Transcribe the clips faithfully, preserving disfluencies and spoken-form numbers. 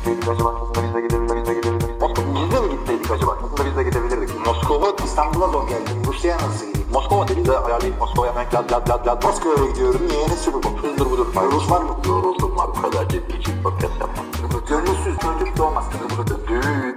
gitseydik acaba? Aslında biz de gidebilirdik. Biz de gidebilirdik. Biz de mi gitseydik acaba? Aslında biz de gidebilirdik. Moskova, İstanbul'a zor geldim. Rusya'ya nasıl gideyim? Moskova dedi de ayarlayıp Moskova'ya hemen lad lad lad lad. Moskova'ya gidiyorum. Niye? Ne sürü bu? Hızdır budur. Rus var mı? Yoruldum var. Bu kadar ciddi için podcast yapmam. Gönülsüz çocuk doğmaz. Düğün.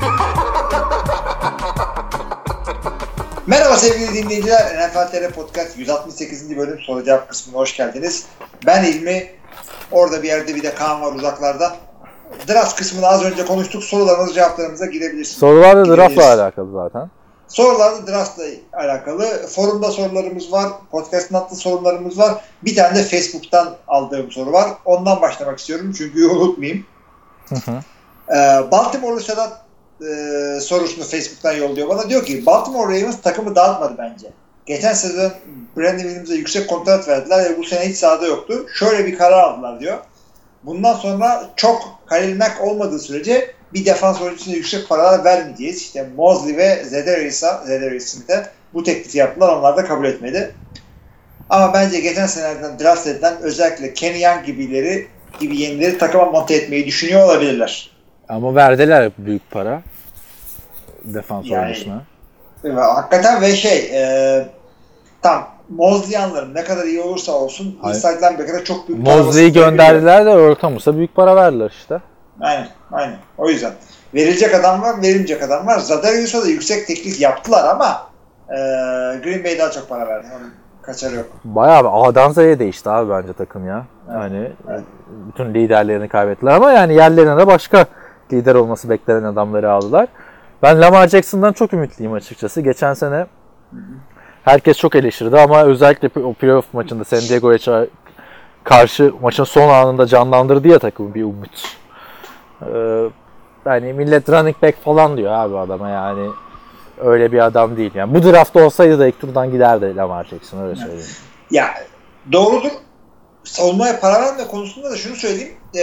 Merhaba sevgili dinleyiciler. N F L T R Podcast yüz altmış sekizinci bölüm soru cevap kısmına hoş geldiniz. Ben İlmi. Orada bir yerde bir de Kaan var uzaklarda. Draft kısmını az önce konuştuk. Sorularınızı cevaplarımıza girebilirsiniz. Sorular da draftla alakalı zaten. Sorular da draftla alakalı. Forumda sorularımız var. Podcast'ın attığı sorularımız var. Bir tane de Facebook'tan aldığım soru var. Ondan başlamak istiyorum çünkü unutmayayım. Hı hı. Ee, Baltimore'lu Sedat e, sorusunu Facebook'tan yolluyor bana. Diyor ki Baltimore Ravens takımı dağıtmadı bence. Geçen sezon Brandon Williams'a yüksek kontrat verdiler ve bu sene hiç sahada yoktu. Şöyle bir karar aldılar diyor. Bundan sonra çok Khalil Mack olmadığı sürece bir defans oyuncusuna yüksek paralar vermeyeceğiz. İşte Mosley ve Zedarius'a, Zedarius Smith'e bu teklifi yaptılar. Onlar da kabul etmedi. Ama bence geçen senelerden draft edilen özellikle Kenny Young gibileri gibi yenileri takıma monte etmeyi düşünüyor olabilirler. Ama verdiler büyük para defans yani, oyuncusuna. Hakikaten ve şey e, tam Mosley'i anlarım. Ne kadar iyi olursa olsun inside linebacker'a çok büyük para Mosley'i gönderdiler de Earl Thomas'a büyük para verdiler işte. Aynen. Aynen. O yüzden. Verilecek adam var, verilmeyecek adam var. Zedarius'a da yüksek teklif yaptılar ama e, Green Bay daha çok para verdi. Onun kaçarı yok. Bayağı A'dan Z'ye değişti abi bence takım ya. Evet. Yani evet. Bütün liderlerini kaybettiler ama yani yerlerine de başka lider olması beklenen adamları aldılar. Ben Lamar Jackson'dan çok ümitliyim açıkçası. Geçen sene hı hı. herkes çok eleştirdi ama özellikle o playoff maçında San Diego'ya karşı maçın son anında canlandırdı ya takımı bir umut. Ee, yani millet running back falan diyor abi adama yani öyle bir adam değil. Yani bu draftta olsaydı da ilk turdan giderdi Lamar Jackson öyle söyleyeyim. Ya doğrudur. Savunmaya para verme konusunda da şunu söyleyeyim. Ee,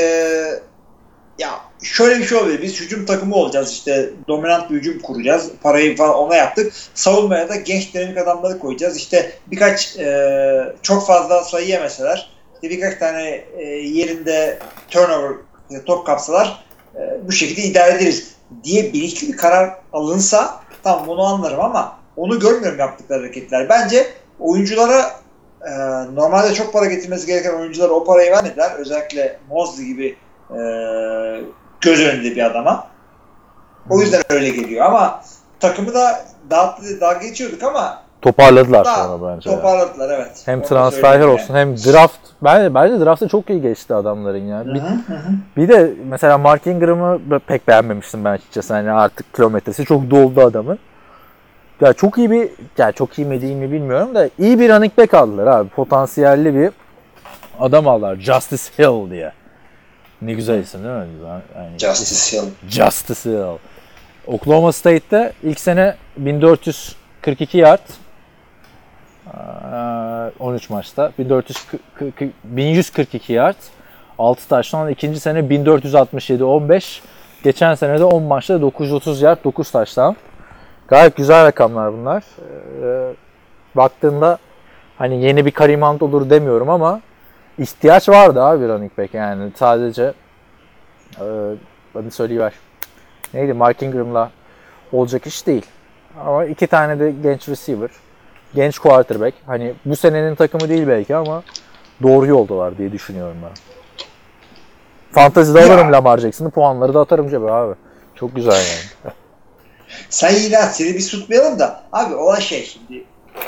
ya şöyle bir şey olabilir. Biz hücum takımı olacağız işte dominant bir hücum kuracağız. Parayı falan ona yaptık. Savunmaya da genç dinamik adamları koyacağız. İşte birkaç e, çok fazla sayı yemeseler işte birkaç tane e, yerinde turnover top kapsalar e, bu şekilde idare ederiz diye bilinçli bir karar alınsa tamam bunu anlarım ama onu görmüyorum yaptıkları hareketler. Bence oyunculara e, normalde çok para getirmesi gereken oyunculara o parayı vermediler. Özellikle Mosley gibi e, göz önünde bir adama. O yüzden öyle geliyor ama takımı da dağıttı, dalga geçiyorduk ama toparladılar sonra bence. Toparladılar yani. Evet. Hem transferler olsun yani. Hem draft. Bence, bence draft'ta çok iyi geçti adamların ya. Bir, hı hı. bir de mesela Mark Ingram'ı pek beğenmemiştim ben açıkçası. Yani artık kilometresi çok doldu adamın. Ya çok iyi bir, yani çok iyi mi değil mi bilmiyorum da iyi bir running back aldılar abi. Potansiyelli bir adam aldılar. Justice Hill diye. Ne güzel isim değil mi? Yani Justice Hill. Justice Hill. Oklahoma State'te ilk sene bin dört yüz kırk iki yard. on üç maçta bin yüz kırk iki yard, altı taştan, ikinci sene bin dört yüz altmış yedi on beş, geçen sene de on maçta dokuz yüz otuz yard, dokuz taştan. Gayet güzel rakamlar bunlar. Ee, baktığında hani yeni bir Kareem Hunt olur demiyorum ama ihtiyaç vardı abi running back yani sadece e, hadi söyleyiver. Neydi? Mark Ingram'la olacak iş değil. Ama iki tane de genç receiver. Genç quarterback. Hani bu senenin takımı değil belki ama doğru yoldalar diye düşünüyorum ben. Fantezide alırım Lamar Jackson'ı, puanları da atarım cebe abi. Çok güzel yani. Sen yine at, seni bir tutmayalım da abi olan şey şimdi.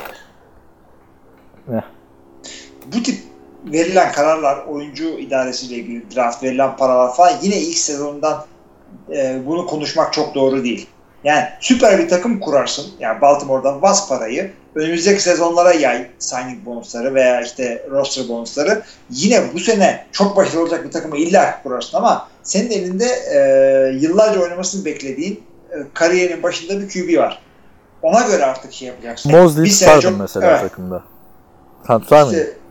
Ne? Bu tip verilen kararlar, oyuncu idaresiyle ilgili draft verilen paralar falan yine ilk sezondan e, bunu konuşmak çok doğru değil. Yani süper bir takım kurarsın. Yani Baltimore'dan bas parayı. Önümüzdeki sezonlara yay signing bonusları veya işte roster bonusları. Yine bu sene çok başarılı olacak bir takımı illa kurarsın ama senin elinde e, yıllarca oynamasını beklediğin e, kariyerin başında bir Q B var. Ona göre artık şey yapacaksın. Mosley tutardım mesela evet. Takımda. Sen tutar mıydın? İşte,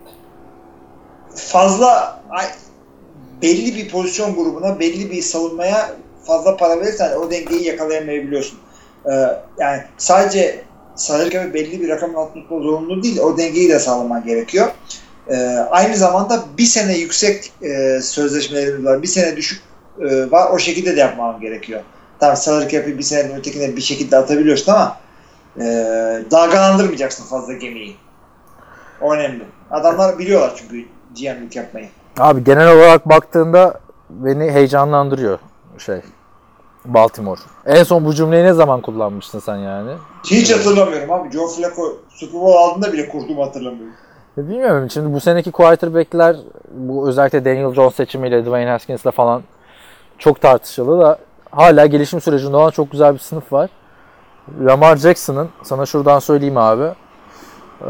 fazla ay, belli bir pozisyon grubuna, belli bir savunmaya fazla para verirsen o dengeyi yakalayamayabiliyorsun. Ee, yani sadece sağlarken belli bir rakamın altında tutma zorunlu değil, o dengeyi de sağlaman gerekiyor. Ee, aynı zamanda bir sene yüksek e, sözleşmelerimiz var, bir sene düşük e, var. O şekilde de yapmam gerekiyor. Tamam salary cap'i bir seneden ötekine bir şekilde atabiliyorsun ama e, dalgalandırmayacaksın fazla gemiyi. O önemli. Adamlar biliyorlar çünkü G M'lik yapmayı. Abi genel olarak baktığında beni heyecanlandırıyor şey Baltimore. En son bu cümleyi ne zaman kullanmıştın sen yani? Hiç hatırlamıyorum abi. Joe Flacco Super Bowl aldığında bile kurduğumu hatırlamıyorum. Bilmiyorum. Şimdi bu seneki quarterback'ler bu özellikle Daniel Jones seçimiyle Dwayne Haskins'le falan çok tartışılı da hala gelişim sürecinde olan çok güzel bir sınıf var. Lamar Jackson'ın sana şuradan söyleyeyim abi. Ee,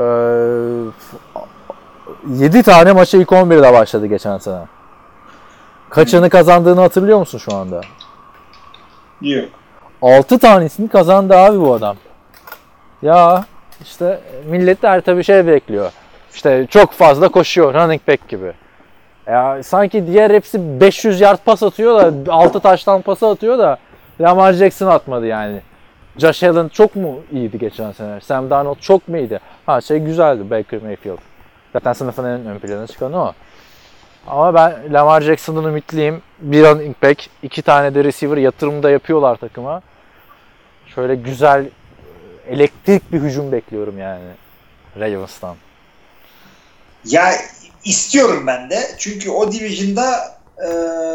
yedi tane maça ilk on birde başladı geçen sene. Kaçını kazandığını hatırlıyor musun şu anda? Yok. altı tanesini kazandı abi bu adam. Ya işte milletler tabii şey bekliyor. İşte çok fazla koşuyor running back gibi. Ya sanki diğer hepsi beş yüz yard pas atıyor da altı taştan pas atıyor da Lamar Jackson atmadı yani. Josh Allen çok mu iyiydi geçen sene? Sam Darnold çok mu iyiydi? Ha şey güzeldi Baker Mayfield. Zaten sınıfın en ön plana çıkan o. Ama ben Lamar Jackson'dan ümitliyim. Bir running back, iki tane de receiver yatırımda yapıyorlar takıma. Şöyle güzel, elektrik bir hücum bekliyorum yani Ravens'tan. Ya istiyorum ben de. Çünkü o division'da e,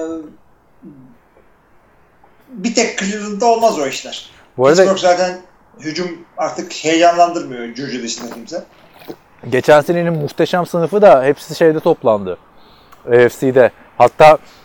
bir tek Cleveland'da olmaz o işler. Bu arada Pittsburgh zaten hücum artık heyecanlandırmıyor Juju dışında kimse. Geçen senenin muhteşem sınıfı da hepsi şeyde toplandı. A F C'de. Hatta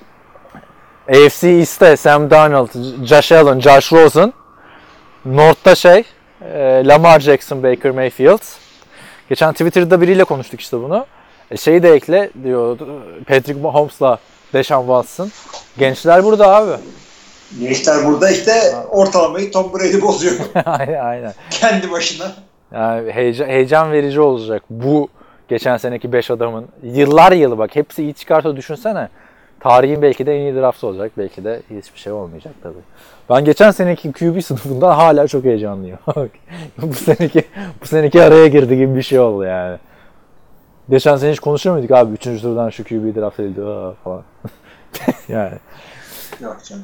A F C East'te Sam Darnold, Josh Allen, Josh Rosen. North'ta şey Lamar Jackson, Baker Mayfield. Geçen Twitter'da biriyle konuştuk işte bunu. E şeyi de ekle diyordu. Patrick Mahomes'la Deshaun Watson. Gençler burada abi. Gençler burada işte ortalamayı Tom Brady bozuyor. aynen aynen. Kendi başına. Yani heyecan, heyecan verici olacak bu geçen seneki beş adamın. Yıllar yılı bak hepsi iyi çıkarsa düşünsene. Tarihin belki de en iyi draftı olacak. Belki de hiçbir şey olmayacak tabii. Ben geçen seneki Q B sınıfından hala çok heyecanlıyım. bu seneki bu seneki araya girdi gibi bir şey oldu yani. Geçen sene hiç konuşuyor muyduk abi? Üçüncü turdan şu Q B draft edildi falan. yani. Yok canım.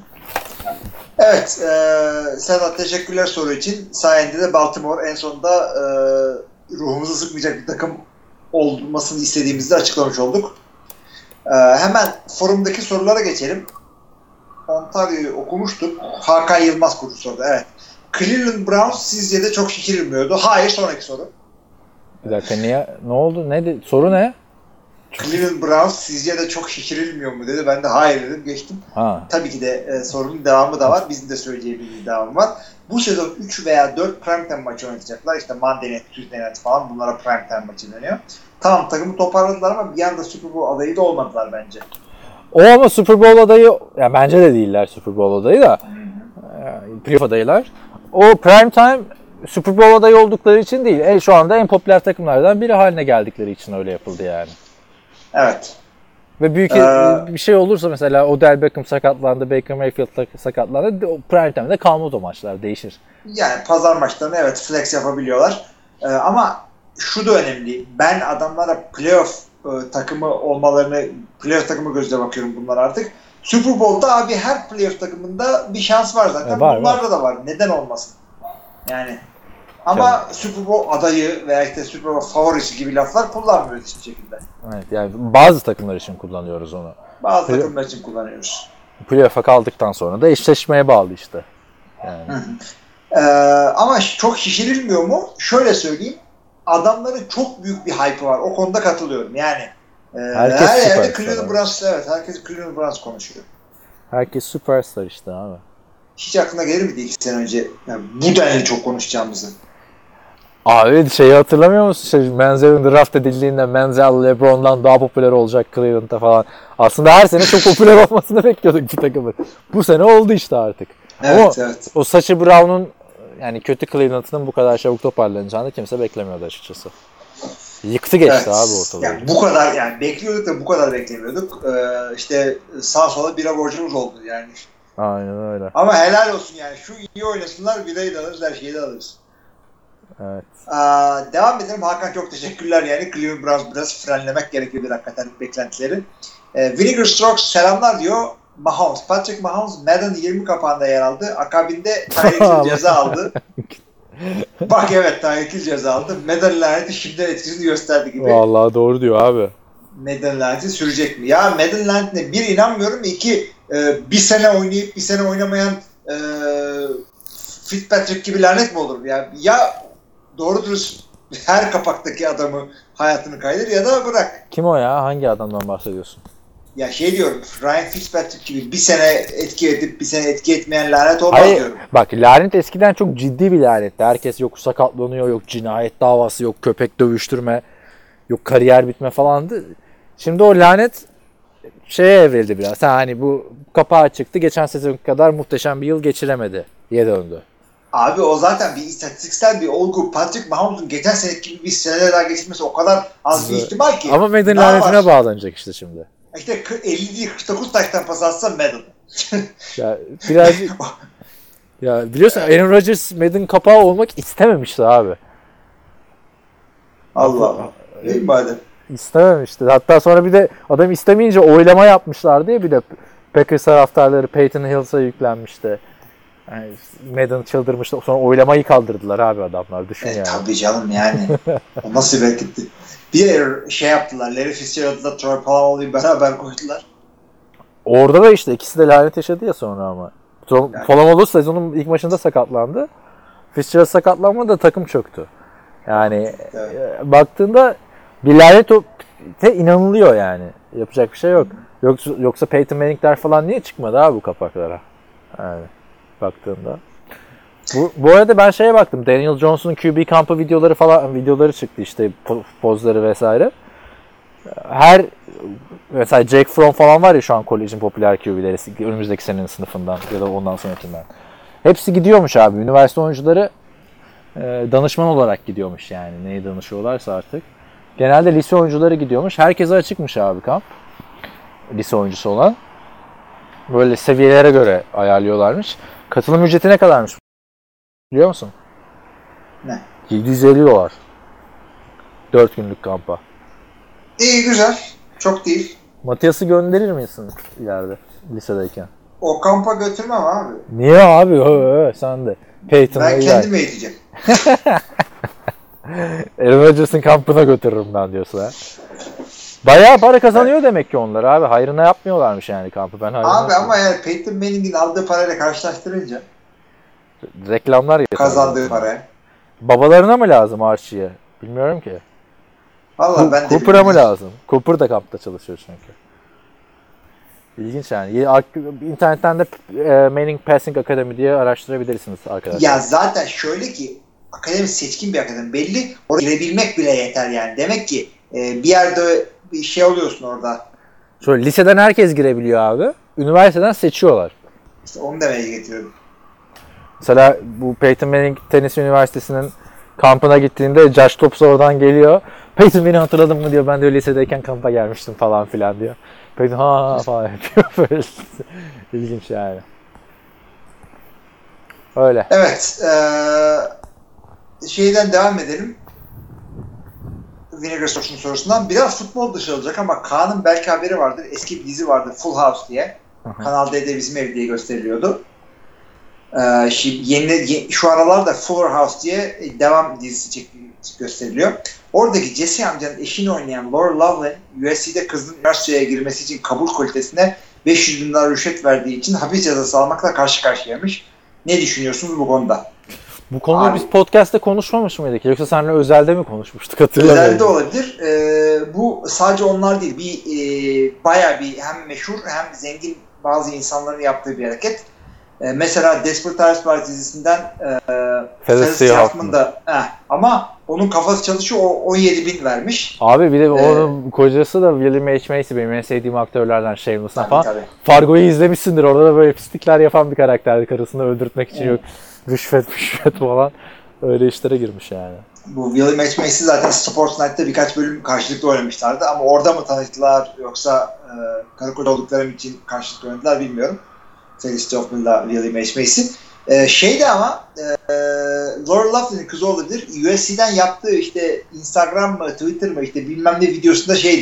Evet, e, Sedat teşekkürler soru için. Sayende de Baltimore en sonunda e, ruhumuzu sıkmayacak bir takım olmasını istediğimizi açıklamış olduk. E, hemen forumdaki sorulara geçelim. Ontario'yu okumuştuk. Hakan Yılmaz kurdu soruda. Evet. Cleveland Browns sizce de çok şişirilmiyordu. Hayır, sonraki soru. Bir dakika niye? Ne oldu? Ne? Soru ne? Cleveland Browns sizce de çok şişirilmiyor mu dedi. Ben de hayır dedim. Geçtim. Ha. Tabii ki de e, sorunun devamı da var. Bizim de söyleyeceğimiz devamı var. Bu sezon üç veya dört primetime maçı oynayacaklar. İşte Monday Night, Tuesday Night falan. Bunlara primetime maçı deniyor. Tamam takımı toparladılar ama bir anda Super Bowl adayı da olmadılar bence. O ama Super Bowl adayı, ya bence de değiller Super Bowl adayı da. Yani playoff adayılar. O primetime Super Bowl adayı oldukları için değil. E, şu anda en popüler takımlardan biri haline geldikleri için öyle yapıldı yani. Evet. Ve büyük ee, bir şey olursa mesela Odell Beckham sakatlandı, Baker Mayfield sakatlandı. Prime time'de kalmaz o maçlar. Değişir. Yani pazar maçlarını evet flex yapabiliyorlar. Ee, ama şu da önemli. Ben adamlara playoff e, takımı olmalarını, playoff takımı gözle bakıyorum bunlar artık. Super Bowl'da abi her playoff takımında bir şans var zaten. E, var, Bunlarda var. da var. Neden olmasın? Yani ama yani. Super Bowl adayı veya işte Super Bowl favorisi gibi laflar kullanmıyoruz hiçbir şekilde. Evet, yani bazı takımlar için kullanıyoruz onu. Bazı Play- takımlar için kullanıyoruz. Playoff'a kaldıktan sonra da eşleşmeye bağlı işte. Yani. Ee, ama çok şişirilmiyor mu? Şöyle söyleyeyim. Adamların çok büyük bir hype'ı var. O konuda katılıyorum. Yani e, herkes her yerde Cleveland Browns, evet, herkes Cleveland Browns konuşuyor. Herkes süperstar işte abi. Hiç aklına gelir miydi iki sene önce yani bu denli çok konuşacağımızı? Abi şeyi hatırlamıyor musun? Şey, Manziel'in draft edildiğinde Manziel LeBron'dan daha popüler olacak Cleveland'da falan. Aslında her sene çok popüler olmasını bekliyorduk bir takımın. Bu sene oldu işte artık. Evet, Ama evet. o Sachi Brown'un yani kötü Cleveland'ın bu kadar çabuk toparlanacağını kimse beklemiyordu açıkçası. Yıktı geçti evet. abi ortalığı. Yani bu kadar yani bekliyorduk da bu kadar beklemiyorduk. Ee, işte sağ sola bira borcumuz oldu yani. Aynen öyle. Ama helal olsun yani. Şu iyi oynasınlar, birayı da alırız, her şeyi de alırız. Evet. Aa, devam edelim. Hakan çok teşekkürler yani. Cleveland Browns biraz frenlemek gerekiyor bir hakikaten beklentileri. Ee, Vinegar Strokes selamlar diyor. Mahomes. Patrick Mahomes Madden yirmi kapağında yer aldı. Akabinde Tyreek Hill ceza aldı. Bak evet Tyreek Hill ceza aldı. Madden laneti şimdi etkisini gösterdi gibi. Vallahi doğru diyor abi. Madden laneti sürecek mi? Ya Madden lanetine bir inanmıyorum. İki e, bir sene oynayıp bir sene oynamayan e, Fitzpatrick gibi lanet mi olur? Ya, ya doğru dürüst her kapaktaki adamı hayatını kaydır ya da bırak. Kim o ya? Hangi adamdan bahsediyorsun? Ya şey diyorum, Ryan Fitzpatrick gibi bir sene etki edip bir sene etki etmeyen lanet olmaz Hayır, diyorum. bak lanet eskiden çok ciddi bir lanetti. Herkes yok sakatlanıyor, yok cinayet davası, yok köpek dövüştürme, yok kariyer bitme falandı. Şimdi o lanet şeye evrildi biraz. Ha, hani bu kapağı çıktı, geçen sezon kadar muhteşem bir yıl geçiremedi diye döndü. Abi o zaten bir istatistiksel bir olgu. Patrick Mahomes'un geçen seneki gibi bir senede daha geçirmesi o kadar az bir ihtimal ki. Ama Madden lanetine var. Bağlanacak işte şimdi. İşte elli değil kırk dokuz taştan pas atsa Madden. Ya birazcık ya biliyorsun Aaron Rodgers Madden kapağı olmak istememişti abi. Allah Allah. Değil mi madem? İstememişti. Hatta sonra bir de adam istemeyince oylama yapmışlar diye bir de Packers taraftarları Peyton Hills'a yüklenmişti. Yani Madden çıldırmıştı. Sonra oylamayı kaldırdılar abi adamlar. Düşün e, yani. Tabii canım yani. O nasıl bir hareketti? Bir şey yaptılar. Larry Fitzgerald'la Troy Polamalu'yu beraber koydular. Orada da işte ikisi de lanet yaşadı ya sonra ama. Yani. Polamalu sezonun ilk maçında sakatlandı. Fitzgerald sakatlanmadı da takım çöktü. Yani evet. e, baktığında bir lanet o te inanılıyor yani. Yapacak bir şey yok. Yoksa, yoksa Peyton Manning'ler falan niye çıkmadı abi bu kapaklara? Yani baktığında. Bu, bu arada ben şeye baktım. Daniel Jones'un Q B kampı videoları falan videoları çıktı işte pozları vesaire. Her mesela Jake Fromm falan var ya şu an kolejin popüler Q B'leri önümüzdeki senenin sınıfından ya da ondan sonrakinden. Hepsi gidiyormuş abi. Üniversite oyuncuları e, danışman olarak gidiyormuş yani. Neye danışıyorlarsa artık. Genelde lise oyuncuları gidiyormuş. Herkese açıkmış abi kamp. Lise oyuncusu olan. Böyle seviyelere göre ayarlıyorlarmış. Katılım ücreti ne kadarmış? Biliyor musun? Ne? yedi yüz elli dolar. dört günlük kampa. İyi güzel. Çok değil. Matias'ı gönderir misin ileride lisedeyken? O kampa götürmem abi. Niye abi? Ö, ö, sen de. Peyton'la ben kendim eğiteceğim. Aaron Rodgers'ın kampına götürürüm ben diyorsun ha. Bayağı para kazanıyor evet. Demek ki onlar abi. Hayrına yapmıyorlarmış yani kampı. Ben abi ama yani Peyton Manning'in aldığı parayla karşılaştırınca reklamlar yatırıyor. Kazandığı paraya. Babalarına mı lazım Archie'ye? Bilmiyorum ki. Vallahi ben de Cooper'a mı lazım? Cooper da kampta çalışıyor çünkü. İlginç yani. İnternetten de Manning Passing Academy diye araştırabilirsiniz arkadaşlar. Ya zaten şöyle ki akademi seçkin bir akademi. Belli. Oraya girebilmek bile yeter yani. Demek ki bir yerde bir şey oluyorsun orada. Şöyle liseden herkes girebiliyor abi. Üniversiteden seçiyorlar. İşte onu demeye getiriyorum. Mesela bu Peyton Manning Tennessee Üniversitesi'nin kampına gittiğinde Josh Dobbs oradan geliyor. Peyton beni hatırladın mı diyor. Ben de lisedeyken kampa gelmiştim falan filan diyor. Peyton ha falan yapıyor böyle. İlginç yani. Öyle. Evet. Ee, şeyden devam edelim. Vinegar Source'un sorusundan. Biraz futbol dışı olacak ama Kaan'ın belki haberi vardır. Eski bir dizi vardı Full House diye. Hı-hı. Kanal D'de bizim ev diye gösteriliyordu. Ee, şimdi yeni, yeni, şu aralarda Fuller House diye devam dizisi çek, gösteriliyor. Oradaki Jesse amcanın eşini oynayan Laura Loveland U S C'de kızın üniversiteye girmesi için kabul komitesine beş yüz bin dolar rüşvet verdiği için hapis cezası almakla karşı karşıyaymış. Ne düşünüyorsunuz bu konuda? Bu konuyu Abi, biz podcast'te konuşmamış mıydık? Yoksa seninle özelde mi konuşmuştuk? Hatırlamıyorum. Özelde olabilir. Ee, bu sadece onlar değil. Bir e, bayağı bir hem meşhur hem zengin bazı insanların yaptığı bir hareket. Ee, mesela Desperate Housewives dizisinden e, Felicity Huffman da eh, ama onun kafası çalışıyor, o on yedi bin vermiş. Abi bir de ee, onun kocası da William H. Macy, benim en sevdiğim aktörlerden Shameless'tan falan. Tabii. Fargo'yu izlemişsindir. Orada da böyle pislikler yapan bir karakterdi. Karısını öldürtmek için yok. Rüşvet rüşvet falan. Öyle işlere girmiş yani. Bu William H. Macy zaten Sports Night'ta birkaç bölüm karşılıklı oynamışlardı ama orada mı tanıştılar yoksa e, karı koca oldukları için karşılıklı oynadılar bilmiyorum. Felicity Huffman'la William H. Macy. Ee, şeydi ama e, Laura Loughlin'in kızı olabilir. U S C'den yaptığı işte Instagram mı Twitter mı işte bilmem ne videosunda şey diyor.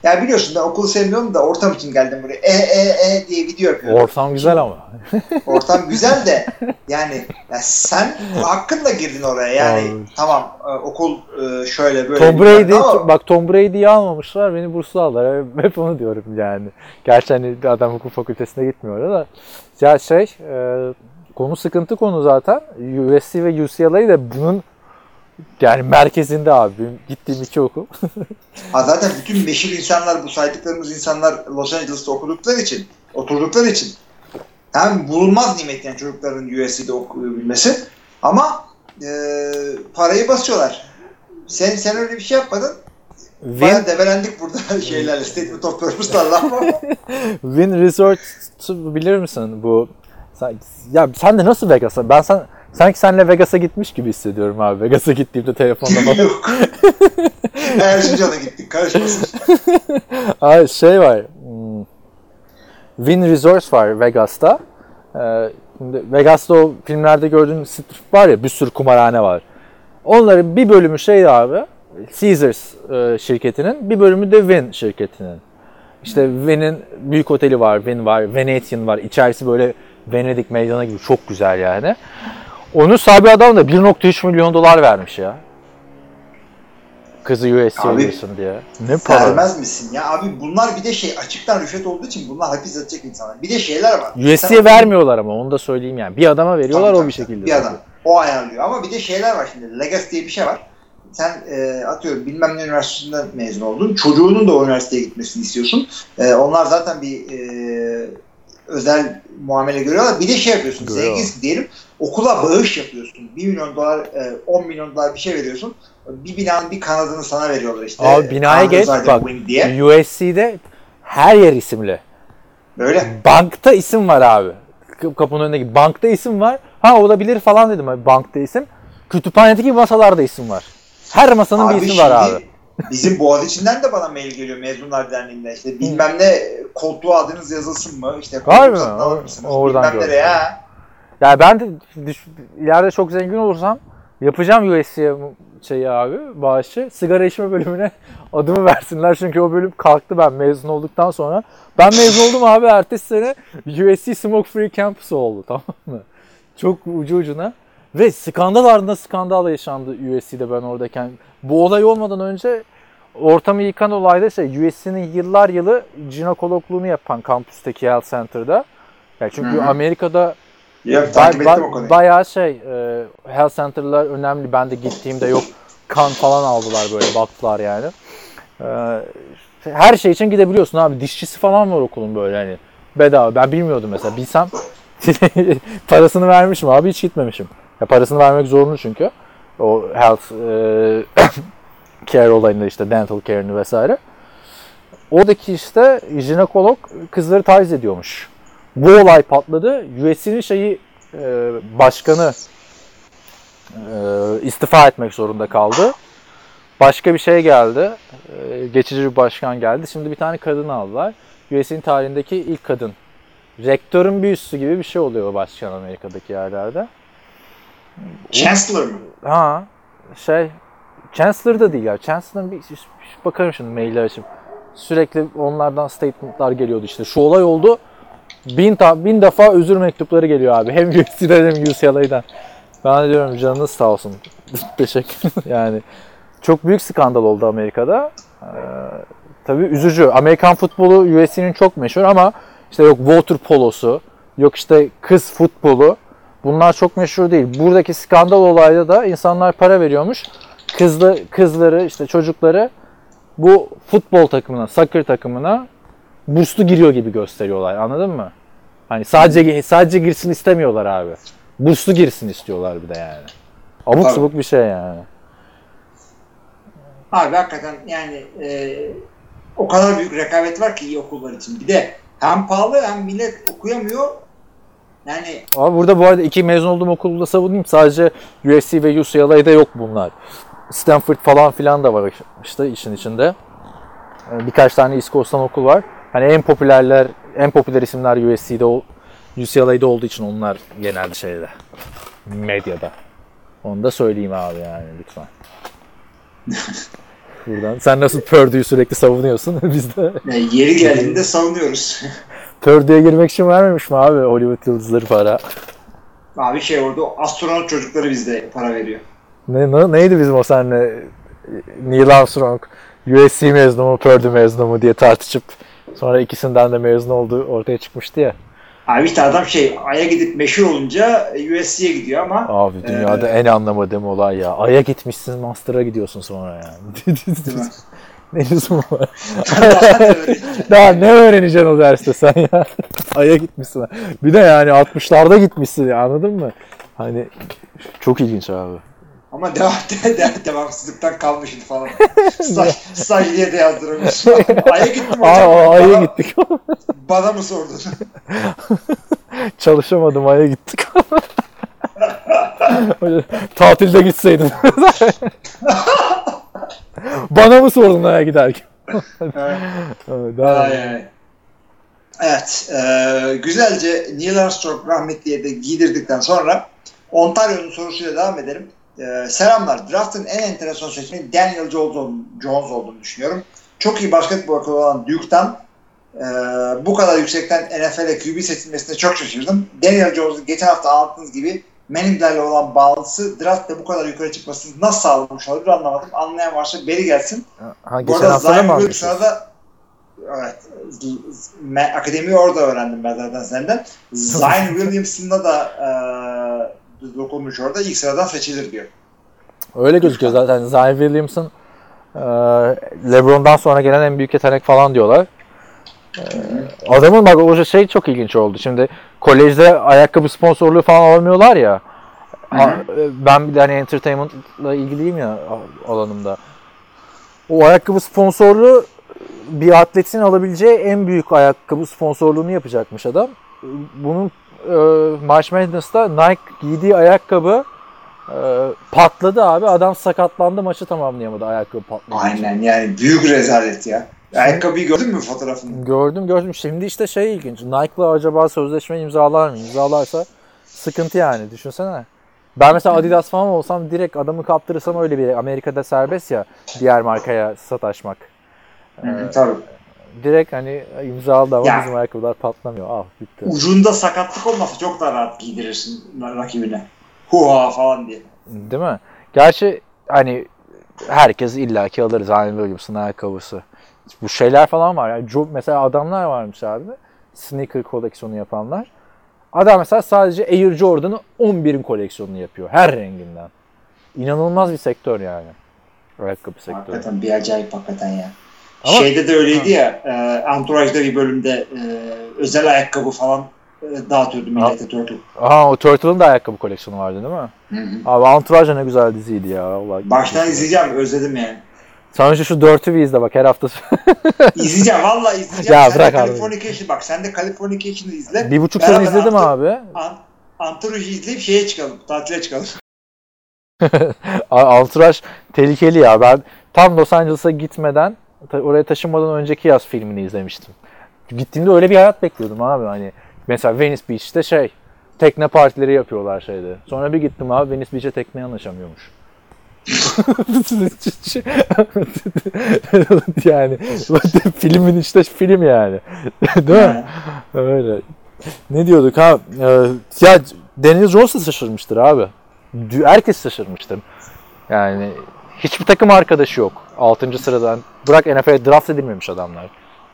Ya biliyorsun ben okulu sevmiyorum da ortam için geldim buraya. E e e diye video yapıyorum. Ortam güzel ama. Ortam güzel de yani ya sen hakkınla girdin oraya yani. Abi. Tamam e, okul e, şöyle böyle. Tom Brady, ama... bak Tom Brady'yi almamışlar, beni burslu aldılar. Hep onu diyorum yani. Gerçi hani adam hukuk fakültesine gitmiyor da. Ya şey, e, konu sıkıntı konu zaten. U S C ve U C L A de bunun yani merkezinde abi. Benim gittiğim iki okul. Ha zaten bütün meşhur insanlar, bu saydıklarımız insanlar Los Angeles'ta okudukları için, oturdukları için hem bulunmaz nimet yani çocukların U S C'de okuyabilmesi ama e, parayı basıyorlar. Sen sen öyle bir şey yapmadın. Win, Bayağı debelendik burada şeylerle, statement of purpose'larla ama. Win Resort bilir misin bu? Sen, ya sen de nasıl Vegas'a? Ben sen sanki seninle Vegas'a gitmiş gibi hissediyorum abi. Vegas'a gittiğimde telefonda falan. Yok. Erzincan'a gittik, karışmasın. Abi şey var. Hmm, Win Resorts var Vegas'ta. Ee, şimdi Vegas'ta o filmlerde gördüğün strip var ya, bir sürü kumarhane var. Onların bir bölümü şey abi, Caesars e, şirketinin, bir bölümü de Wynn şirketinin. İşte Wynn'in büyük oteli var, Wynn var, Venetian var. İçerisi böyle Venedik meydanı gibi çok güzel yani. Onu sahibi adam da bir nokta üç milyon dolar vermiş ya. Kızı U S C'ye diyorsun diye. Ne para? Vermez misin ya? Abi bunlar bir de şey açıktan rüşvet olduğu için bunlar hapis atacak insanlar. Bir de şeyler var. U S C'ye vermiyorlar ama onu da söyleyeyim yani. Bir adama veriyorlar tabii, o tabii, bir şekilde. Bir adam. O ayarlıyor. Ama bir de şeyler var şimdi. Legacy diye bir şey var. Sen e, atıyorum bilmem ne üniversitesinden mezun oldun. Çocuğunun da o üniversiteye gitmesini istiyorsun. E, onlar zaten bir e, özel muamele görüyorlar. Bir de şey yapıyorsun. Zenginsin diyelim. Okula bağış yapıyorsun. bir milyon dolar, e, on milyon dolar bir şey veriyorsun. Bir binanın bir kanadını sana veriyorlar işte. Abi binaya geç bak. Diye. U S C'de her yer isimli. Böyle. Bankta isim var abi. Kapının önündeki bankta isim var. Ha olabilir falan dedim abi, bankta isim. Kütüphanedeki masalarda isim var. Her masanın abi bir ismi var abi. Bizim Boğaziçi'nden de bana mail geliyor Mezunlar Derneği'nde. İşte bilmem ne koltuğu adınız yazılsın mı? İşte koltuğu satın alır mısınız? Oradan bilmem nereye ha. Ya ben de düş, ileride çok zengin olursam yapacağım U S C'ye şeyi abi, bağışı. Sigara içme bölümüne adımı versinler. Çünkü o bölüm kalktı ben mezun olduktan sonra. Ben mezun oldum abi, ertesi sene U S C Smoke Free Campus oldu, tamam mı? Çok ucu ucuna. Ve skandal ardında skandal yaşandı U S C'de ben oradayken. Bu olay olmadan önce ortamı yıkan olayda şey, U S C'nin yıllar yılı jinekologluğunu yapan kampüsteki Health Center'da. Yani çünkü Hı-hı. Amerika'da ya, takip ba- ettim o konuyu. Bayağı şey, e, health center'lar önemli. Ben de gittiğimde yok kan falan aldılar, böyle baktılar yani. E, her şey için gidebiliyorsun abi. Dişçisi falan var okulun böyle hani bedava. Ben bilmiyordum mesela. Bilsem parasını vermişim abi, hiç gitmemişim. Ya parasını vermek zorunlu çünkü. O health e, care olayında işte dental care'ini vesaire. Oradaki işte jinekolog kızları taciz ediyormuş. Bu olay patladı. U S C'nin şeyi e, başkanı e, istifa etmek zorunda kaldı. Başka bir şey geldi. E, geçici bir başkan geldi. Şimdi bir tane kadın aldılar. U S C'nin tarihindeki ilk kadın. Rektörün bir üstü gibi bir şey oluyor o başkan Amerika'daki yerlerde. Chancellor mı? Ha, şey Chancellor da değil ya. Chancellor'ın bir, bir bakarım şimdi maili açıp. Sürekli onlardan statement'lar geliyordu işte. Şu olay oldu. Bin, ta, bin defa özür mektupları geliyor abi. Hem U S C'den hem U C L A'dan. Ben de diyorum canınız sağ olsun. Teşekkür yani. Çok büyük skandal oldu Amerika'da. Ee, tabii üzücü. Amerikan futbolu U S C'nin çok meşhur ama işte yok water polosu, yok işte kız futbolu. Bunlar çok meşhur değil. Buradaki skandal olayda da insanlar para veriyormuş. Kızlı, kızları işte çocukları bu futbol takımına, soccer takımına burslu giriyor gibi gösteriyorlar. Anladın mı? Hani sadece sadece girsin istemiyorlar abi. Burslu girsin istiyorlar bir de yani. Abuk Tabii. subuk bir şey yani. Abi hakikaten yani e, o kadar büyük rekabet var ki iyi okullar için. Bir de hem pahalı hem millet okuyamıyor. Yani Abi burada bu arada iki mezun olduğum okulda savunayım. Sadece U S C ve U C L A'da yok bunlar. Stanford falan filan da var işte işin içinde. Birkaç tane East Coast'tan okul var. Hani en popülerler, en popüler isimler U S C'de, U C L A'da olduğu için onlar genelde şeyde, medyada. Onu da söyleyeyim abi yani lütfen. buradan. Sen nasıl Purdue'yu sürekli savunuyorsun? Biz de. Yani yeri geldiğinde savunuyoruz. Purdue'ye girmek için vermemiş mi abi Hollywood yıldızları para? Abi şey orada astronot çocukları bizde para veriyor. Ne, ne neydi bizim o senle Neil Armstrong U S C mezunu mu Purdue mezunu mu diye tartışıp sonra ikisinden de mezun olduğu ortaya çıkmıştı ya. Abi işte adam şey Ay'a gidip meşhur olunca U S C'ye gidiyor ama abi dünyada e, en anlamadığım olay ya. Ay'a gitmişsin Master'a gidiyorsun sonra yani. Ne lüzum var? Daha ne öğreneceksin o derste sen ya? Ay'a gitmişsin. Bir de yani altmışlarda gitmişsin ya, anladın mı? Hani çok ilginç abi. Ama devam, de, de, devamsızlıktan kalmıştı falan. Staj, staj diye de yazdırılmış. Ay'a gittim hocam. Aa, Ay'a bana, gittik. Bana mı sordun? Çalışamadım, Ay'a gittik. Tatilde gitseydin. Bana mı sordun Ay'a giderken? Evet. Evet, Ay, evet e, güzelce Neil Armstrong rahmetliye de giydirdikten sonra Ontario'nun sorusuyla devam edelim. E, selamlar. Draft'ın en enteresan seçmeni Daniel Jones olduğunu düşünüyorum. Çok iyi basketbol okulu olan Duke'dan e, bu kadar yüksekten N F L'e Q B seçilmesine çok şaşırdım. Daniel Jones'un geçen hafta anlattığınız gibi Manning'lerle olan bağlantısı draft'ta bu kadar yukarı çıkmasını nasıl sağlamış olabilir anlamadım. Anlayan varsa beri gelsin. Ha, bu arada Zion Williamson'a da evet, akademiyi orada öğrendim ben zaten senden. Zion Williamson'da da e, dokunmuş orada. İlk sıradan seçilir diyor. Öyle gözüküyor zaten. Zion Williamson e, LeBron'dan sonra gelen en büyük yetenek falan diyorlar. E, adamın bak o şey çok ilginç oldu. Şimdi kolejde ayakkabı sponsorluğu falan alamıyorlar ya. Ha, ben bir de hani entertainment'la ilgiliyim ya alanımda. O ayakkabı sponsorluğu bir atletin alabileceği en büyük ayakkabı sponsorluğunu yapacakmış adam. Bunun e, March Madness'ta Nike giydiği ayakkabı e, patladı abi. Adam sakatlandı, maçı tamamlayamadı ayakkabı patladı. Aynen yani büyük rezalet ya. Ayakkabıyı gördün mü fotoğrafını? Gördüm gördüm. Şimdi işte şey ilginç. Nike'la acaba sözleşme imzalar mı? İmzalarsa sıkıntı yani. Düşünsene. Ben mesela Adidas falan olsam direkt adamı kaptırırsam öyle bir Amerika'da serbest ya diğer markaya sataşmak. Hı hı, tabii. Direkt hani imzaladı ama ya, bizim ayakkabılar patlamıyor. Al bitti. Ucunda sakatlık olmasa çok daha rahat giydirirsin rakibine. Huha falan diye. Değil mi? Gerçi hani herkes illaki alır Zion Williamson ayakkabısı. Bu şeyler falan var. Yani mesela adamlar varmış abi. Sneaker koleksiyonu yapanlar. Adam mesela sadece Air Jordan'ın on birin koleksiyonunu yapıyor. Her renginden. İnanılmaz bir sektör yani. Ayakkabı sektörü. Hakikaten bir acayip hakikaten ya. Ama, Şeyde de öyleydi ha. ya. E, Entourage'da bir bölümde e, özel ayakkabı falan e, dağıtıyordu millete Turtle. Aha o Turtle'ın da ayakkabı koleksiyonu vardı değil mi? Hı hı. Abi Entourage ne güzel diziydi ya. Vallahi baştan izleyeceğim. Özledim yani. Sen önce şu dörtü bir izle bak her hafta. İzleyeceğim. Vallahi izleyeceğim. Ya sen bırak de abi. Californication'ı bak. Sen de Californication'ı izle. Bir buçuk sene izledim Antur- abi. An- Entourage'ı izleyip şeye çıkalım. Tatile çıkalım. Entourage tehlikeli ya. Ben tam Los Angeles'a gitmeden, oraya taşınmadan önceki yaz filmini izlemiştim. Gittiğimde öyle bir hayat bekliyordum abi. Hani mesela Venice Beach'te şey, tekne partileri yapıyorlar şeyde. Sonra bir gittim abi Venice Beach'e tekne yanaşamıyormuş. Yani filmin işte film yani. Değil mi? Öyle. Ne diyorduk ha? Ee, ya Daniel Jones da şaşırmıştır abi. Herkes şaşırmıştır. Yani hiçbir takım arkadaşı yok. altıncı sıradan. Bırak N F L'e draft edilmemiş adamlar.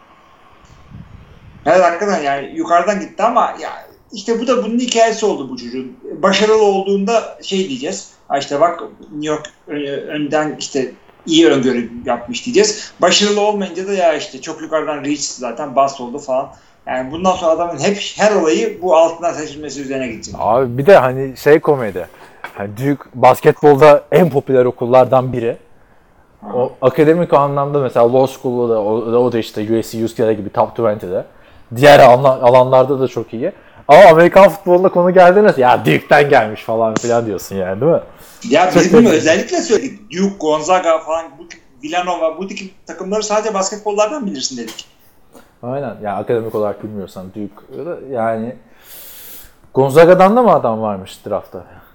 Evet hakikaten yani yukarıdan gitti ama ya işte bu da bunun hikayesi oldu bu çocuğun. Başarılı olduğunda şey diyeceğiz. Ha işte bak New York önden işte iyi öngörü yapmış diyeceğiz. Başarılı olmayınca da ya işte çok yukarıdan reach zaten bust oldu falan. Yani bundan sonra adamın hep her olayı bu altından seçilmesi üzerine gidecek. Abi bir de hani şey komedi. Hani Duke basketbolda en popüler okullardan biri. O akademik anlamda mesela Law School'da da o, o da işte U S C, U C L A gibi top yirmide. Diğer alanlarda da çok iyi. Ama Amerikan futbolunda konu geldiğinde ya Duke'den gelmiş falan filan diyorsun yani değil mi? Ya biz bunu özellikle söyledik. Duke, Gonzaga falan, bu tip Villanova, bu tip takımları sadece basketbollardan bilirsin dedik. Aynen. Ya akademik olarak bilmiyorsan Duke yani Gonzaga'dan da mı adam varmış draftta?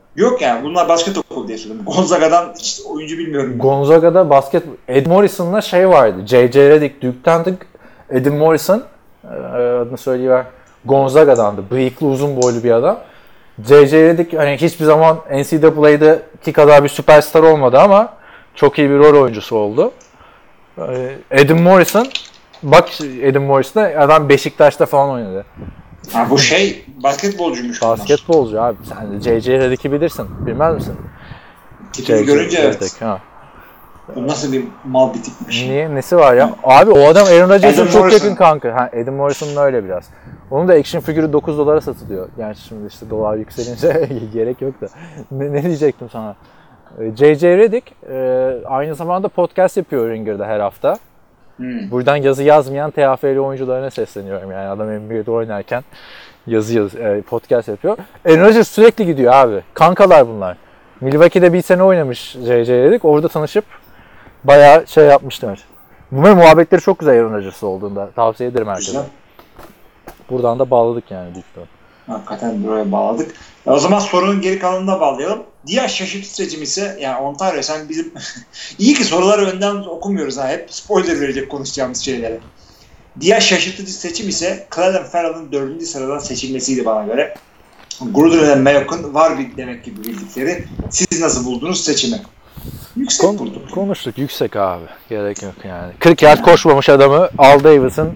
Yok yani bunlar basket okulu diye söyledim. Gonzaga'dan hiç oyuncu bilmiyorum. Gonzaga'da basket Ed Morrison'la şey vardı. J J Redick, Duke'tan da Ed Morrison adını söyleyiver. Gonzaga'dandı. Bıyıklı uzun boylu bir adam. J J Redick hani hiçbir zaman N C A A'daki kadar bir süperstar olmadı ama çok iyi bir rol oyuncusu oldu. Adam Morrison, bak Adam Morrison'da adam Beşiktaş'ta falan oynadı. Ha, bu şey basketbolcuymuş. Basketbolcu bunlar. Abi sen de J J Redick'i bilirsin. Bilmez misin? Tipini görünce evet. Redick, ha. Bu nasıl bir mal bir tipmiş. Niye? Nesi var ya? Abi o adam Aaron Rodgers'a çok Morrison. yakın kanka. Ha, Adam Morrison'ın öyle biraz. Onun da action figürü dokuz dolara satılıyor. Gerçi şimdi işte dolar yükselince gerek yok da. Ne, ne diyecektim sana? J J Redick e, aynı zamanda podcast yapıyor Ringer'da her hafta. Hmm. Buradan yazı yazmayan T F L oyuncularına sesleniyorum. Yani adam N B A'de oynarken yazı yaz, e, podcast yapıyor. Aaron Rodgers sürekli gidiyor abi. Kankalar bunlar. Milwaukee'de bir sene oynamış J J Redick. Orada tanışıp bayağı şey yapmışlar. Bu muhabbetleri çok güzel Aaron Rodgers'ı olduğunda. Tavsiye ederim herkese. Güzel. Buradan da bağladık yani. Hakikaten buraya bağladık. E o zaman sorunun geri kalanına bağlayalım. Diğer şaşırtıcı seçim ise yani Ontario sen bizim iyi ki soruları önden okumuyoruz ha. Hep spoiler verecek konuşacağımız şeylere. Diğer şaşırtıcı seçim ise Clelin Ferrell'ın dördüncü sıradan seçilmesiydi bana göre. Gruden ve Mayok'un var bir demek gibi bildikleri. Siz nasıl buldunuz seçimi? Yüksek Kon- bulduk. Konuştuk. Yüksek abi. Gerek yok yani. kırk yard koşmamış adamı Al Davis'in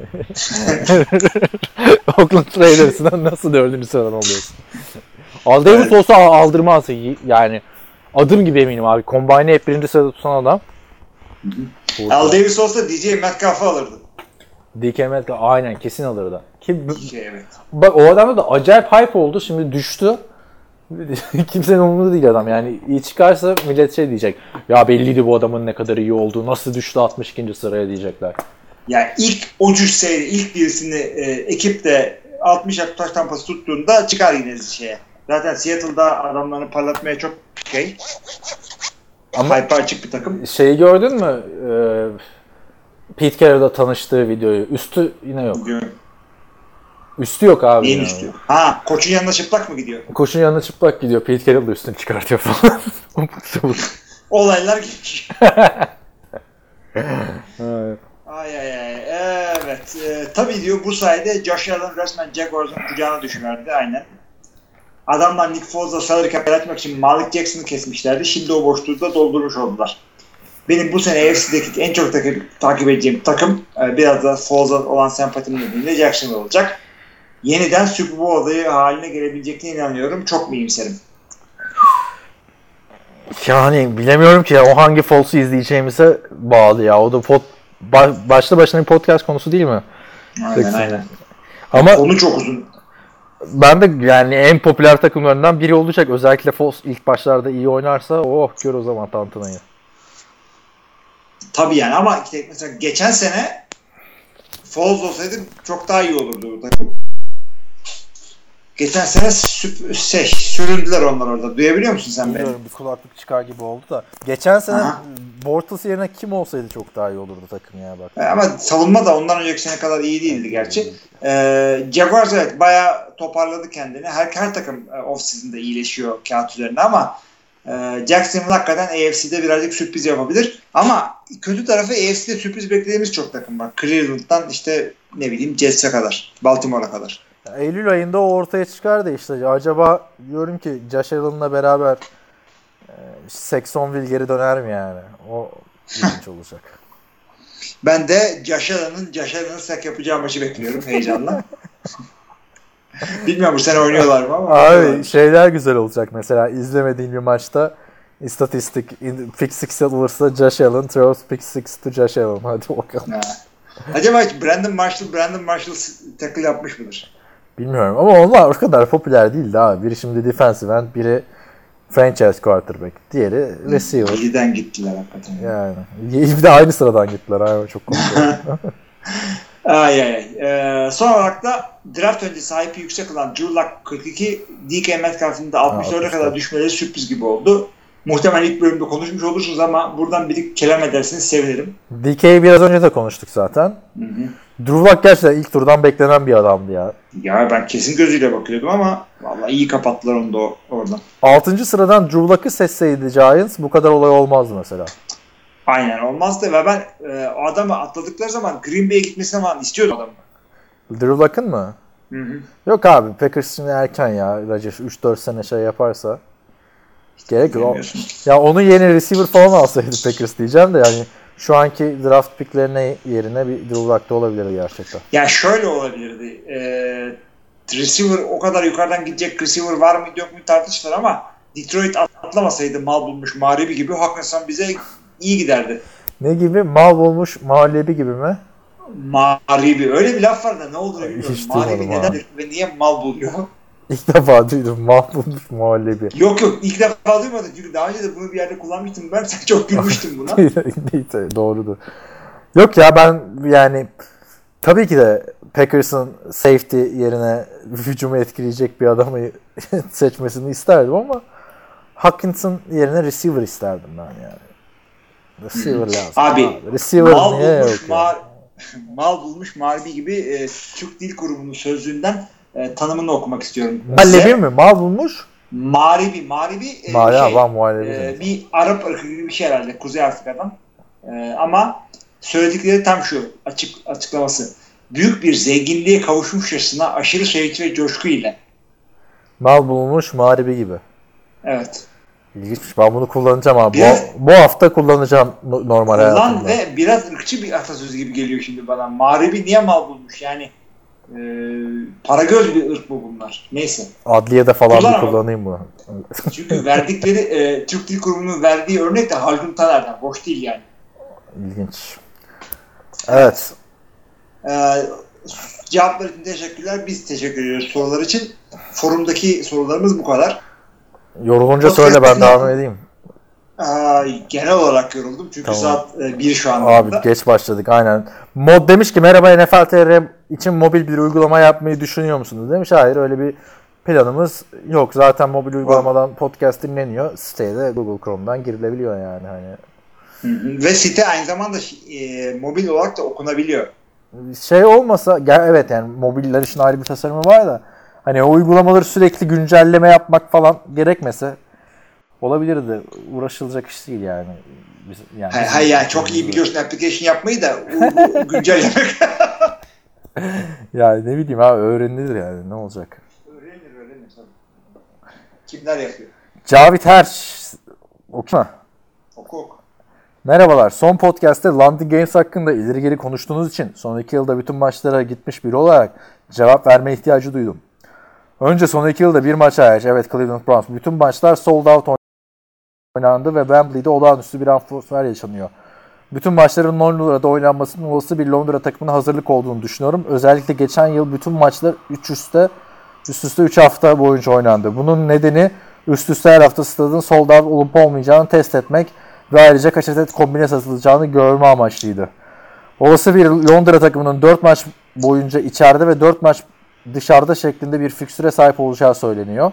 Oakland Raiders'ından nasıl dördüncü sıradan oluyorsun? Al Davis evet. olsa aldırmaz. Yani adım gibi eminim abi. Combine'ı hep birinci sırada tutan adam. Al Davis olsa D J Metcalf'ı alırdı. D K Metcalf aynen kesin alırdı. Ki, evet. Bak o adamda da acayip hype oldu. Şimdi düştü. Kimsenin umurunda değil adam. Yani iyi çıkarsa millet şey diyecek. Ya belliydi bu adamın ne kadar iyi olduğu. Nasıl düştü altmış ikinci sıraya diyecekler. Yani ilk o cüsseyle ilk birisini e, ekipte altmış taş tampası tuttuğunda çıkar yine şeye. Zaten Seattle'da adamlarını parlatmaya çok şey. Ama hype açık bir takım. Şeyi gördün mü? Ee, Pete Carroll'da tanıştığı videoyu. Üstü yine yok. Biliyorum. Üstü yok abi. Neyin üstü? Ha, koçun yanına çıplak mı gidiyor? Koçun yanına çıplak gidiyor. Pete Carroll da üstünü çıkartıyor falan. Olaylar geçiyor. Ay ay ay. Evet. E, tabii diyor bu sayede Josh Allen resmen Jaguars'ın kucağına düşüverdi. Aynen. Adamlar Nick Foles'la salary cap yaratmak için Malik Jackson'ı kesmişlerdi. Şimdi o boşluğu da doldurmuş oldular. Benim bu sene A F C'deki en çok takip, takip edeceğim takım biraz da Foles'a olan sempatim nedeniyle Jackson'da olacak. Yeniden Super Bowl adayı haline gelebilecekine inanıyorum. Çok mu iyimserim? Yani bilemiyorum ki ya, o hangi Foles'u izleyeceğimize bağlı ya. O da pod, başlı başına bir podcast konusu değil mi? Aynen Seksin. aynen. Ama onu çok uzun. Ben de yani en popüler takımlarından biri olacak. Özellikle Foles ilk başlarda iyi oynarsa oh gör o zaman tantanayı. Tabii yani ama işte mesela geçen sene Foles olsaydı çok daha iyi olurdu bu takım. Geçen sene süp- şey, süründüler onlar orada. Duyabiliyor musun sen beni? Bilmiyorum, bir kulaklık çıkar gibi oldu da. Geçen sene Aha. Bortles yerine kim olsaydı çok daha iyi olurdu takım ya bak. Ama savunma da ondan önceki sene kadar iyi değildi gerçi. Ee, Jaguars evet bayağı toparladı kendini. Her, her takım off-season'da iyileşiyor kağıt üzerinde ama e, Jacksonville hakikaten A F C'de birazcık sürpriz yapabilir. Ama kötü tarafı A F C'de sürpriz beklediğimiz çok takım var. Cleveland'dan işte ne bileyim Jets'e kadar, Baltimore'a kadar. Eylül ayında o ortaya çıkar da işte acaba diyorum ki Josh Allen'la beraber e, Saxonville geri döner mi yani? O ilginç olacak. Ben de Josh Allen'ın Josh Allen'ın sak yapacağı maçı bekliyorum heyecanla. Bilmiyorum bu sene oynuyorlar mı ama. Abi şeyler güzel olacak mesela izlemediğin bir maçta istatistik pick six olursa Josh Allen throws pick six to Josh Allen. Hadi bakalım. Ha. Acaba hiç Brandon Marshall Brandon Marshall tackle yapmış mıdır? Bilmiyorum ama onlar o kadar popüler değildi abi. Biri şimdi defensive end, biri franchise quarterback, diğeri receiver. Birden gittiler hakikaten. Yani. Bir de aynı sıradan gittiler abi çok komik. ay ay ay. Ee, son olarak da draft öncesi hype'i yüksek olan Drew Luck kırk iki, D K Metcalf'ın da altmış dörde kadar düşmeleri sürpriz gibi oldu. Muhtemelen ilk bölümde konuşmuş olursunuz ama buradan bir kelam ederseniz sevinirim. D K'yi biraz önce de konuştuk zaten. Hı hı. Drew Lock gerçekten ilk turdan beklenen bir adamdı ya. Ya ben kesin gözüyle bakıyordum ama vallahi iyi kapattılar onu da oradan. altıncı sıradan Drew Lock'ı seçseydi Giants bu kadar olay olmazdı mesela. Aynen olmazdı ve ben e, o adamı atladıkları zaman Green Bay'e gitmesini falan istiyordum adamı. Drew Lock'ın mı? Hı hı. Yok abi Packers için erken ya. Rodgers üç dört sene şey yaparsa. Gerek yok. Ya onun yeni receiver falan alsaydı Packers diyeceğim de yani şu anki draft picklerine yerine bir Drew Lock'ta olabilir gerçekten. Ya şöyle olabilirdi. E, receiver o kadar yukarıdan gidecek receiver var mı yok mu tartışılır ama Detroit atlamasaydı mal bulmuş Maribi gibi hakikaten bize iyi giderdi. Ne gibi? Mal bulmuş muhallebi gibi mi? Maribi. Öyle bir laf var da ne olduğunu bilmiyorum. Hiç Maribi duymadım nedendir ve niye mal buluyor? İlk defa duydum. Mal bulmuş muhallebi. Yok yok ilk defa duymadım çünkü daha önce de bunu bir yerde kullanmıştım. Ben sen çok gülmüştüm buna. Neyse doğrudur. Yok ya ben yani tabii ki de Packers'ın safety yerine hücumu etkileyecek bir adamı seçmesini isterdim ama Hawkins'ın yerine receiver isterdim ben yani. Receiver lazım. Abi, abi. Receiver mal niye bulmuş, yok ma- yani? mal bulmuş Marbi gibi e, Türk Dil Kurumu'nun sözlüğünden e, tanımını okumak istiyorum. Muhallebi mi? Mal bulmuş? Maribi. Maribi e, Mari, şey, var, muhallebi e, bir Arap ırkı gibi bir şey herhalde. Kuzey Afrika'dan. E, ama söyledikleri tam şu açık açıklaması. Büyük bir zenginliğe kavuşmuşçasına aşırı sevinç ve coşku ile. Mal bulmuş muharibi gibi. Evet. İlginçmiş. Ben bunu kullanacağım abi. Biraz, bu, bu hafta kullanacağım normal kullan hayatımda. ve biraz ırkçı bir atasözü gibi geliyor şimdi bana. Maribi niye mal bulmuş? Yani e, para göz bir ırk mı bunlar? Neyse. Adliyede falan Kullan bir ama. kullanayım bunu. Çünkü verdikleri e, Türk Dil Kurumu'nun verdiği örnek de Haldun Taner'den. Boş değil yani. İlginç. Evet. E, cevaplar için teşekkürler. Biz teşekkür ediyoruz sorular için. Forumdaki sorularımız bu kadar. Yorulunca söyle ben devam edeyim. Aa, genel olarak yoruldum çünkü Tamam. saat e, bir şu anda. Abi geç başladık aynen. Mod demiş ki merhaba N F L T R için mobil bir uygulama yapmayı düşünüyor musunuz demiş. Hayır öyle bir planımız yok. Zaten mobil uygulamadan podcast dinleniyor. Siteye de Google Chrome'dan girilebiliyor yani. Hani. Hı hı. Ve site aynı zamanda e, mobil olarak da okunabiliyor. Şey olmasa evet yani mobiller için ayrı bir tasarımı var da hani o uygulamaları sürekli güncelleme yapmak falan gerekmese olabilirdi. Uğraşılacak iş değil yani. Biz, yani hayır hayır yani çok iyi biliyorsun application yapmayı da o, o güncellemek. yani ne bileyim abi öğrenilir yani ne olacak. Öğrenir öğrenir tabii. Kimler yapıyor? Cavit Herş okuma. Oku oku. Merhabalar. Son podcast'te London Games hakkında ileri geri konuştuğunuz için son iki yılda bütün maçlara gitmiş biri olarak cevap verme ihtiyacı duydum. Önce son iki yılda bir maç hariç, evet Cleveland Browns, bütün maçlar sold out oynandı ve Wembley'de olağanüstü bir atmosfer yaşanıyor. Bütün maçların Londra'da oynanmasının olası bir Londra takımına hazırlık olduğunu düşünüyorum. Özellikle geçen yıl bütün maçlar üst üste üst üste üç hafta boyunca oynandı. Bunun nedeni üst üste her hafta stadın sold out olup olmayacağını test etmek ve ayrıca kaç adet kombine satılacağını görme amaçlıydı. Olası bir Londra takımının dört maç boyunca içeride ve dört maç dışarıda şeklinde bir fikstüre sahip olacağı söyleniyor.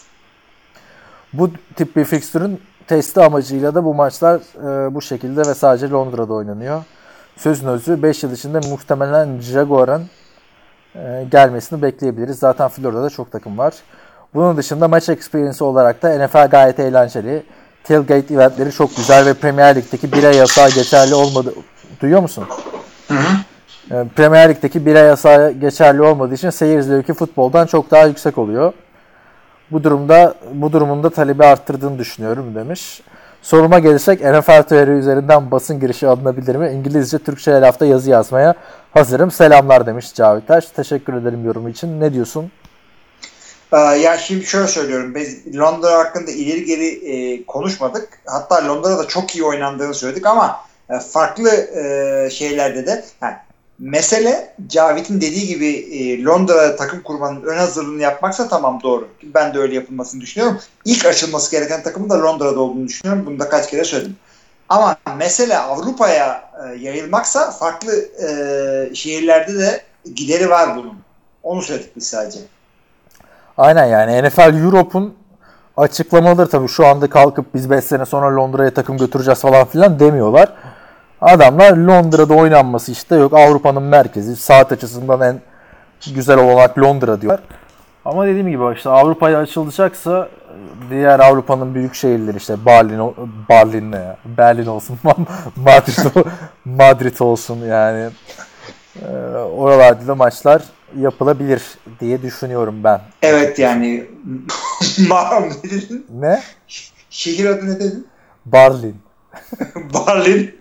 Bu tip bir fikstürün testi amacıyla da bu maçlar e, bu şekilde ve sadece Londra'da oynanıyor. Sözün özü beş yıl içinde muhtemelen Jaguar'ın e, gelmesini bekleyebiliriz. Zaten Florida'da çok takım var. Bunun dışında maç experience olarak da N F L gayet eğlenceli. Tailgate eventleri çok güzel ve Premier Lig'deki bira yasağı geçerli olmadı. Duyuyor musun? Hı hı. E, Premier Lig'deki bira yasağı geçerli olmadığı için seyir zevki futboldan çok daha yüksek oluyor. Bu durumda bu durumunda talebi arttırdığını düşünüyorum demiş. Soruma gelirsek N F L T R üzerinden basın girişi alınabilir mi? İngilizce, Türkçe her hafta yazı yazmaya hazırım. Selamlar demiş Cavit Taş. Teşekkür ederim yorumu için. Ne diyorsun? Ee, ya şimdi şöyle söylüyorum. Biz Londra hakkında ileri geri e, konuşmadık. Hatta Londra'da çok iyi oynandığını söyledik ama e, farklı e, şeylerde de yani mesele Cavit'in dediği gibi e, Londra'da takım kurmanın ön hazırlığını yapmaksa tamam doğru. Ben de öyle yapılmasını düşünüyorum. İlk açılması gereken takımın da Londra'da olduğunu düşünüyorum. Bunu da kaç kere söyledim. Ama mesele Avrupa'ya e, yayılmaksa farklı e, şehirlerde de gideri var bunun. Onu söyledik biz sadece. Aynen yani N F L Europe'un açıklamaları tabii şu anda kalkıp biz beş sene sonra Londra'ya takım götüreceğiz falan filan demiyorlar. Adamlar Londra'da oynanması işte yok. Avrupa'nın merkezi. Saat açısından en güzel olarak Londra diyorlar. Ama dediğim gibi işte Avrupa'ya açılacaksa diğer Avrupa'nın büyük şehirleri işte Berlin, Berlin ne ya? Berlin olsun, Madrid, Madrid olsun yani. Ee, oralarda da maçlar yapılabilir diye düşünüyorum ben. Evet yani ne dedin? Ne? Şehir adı ne dedin? Berlin. Berlin.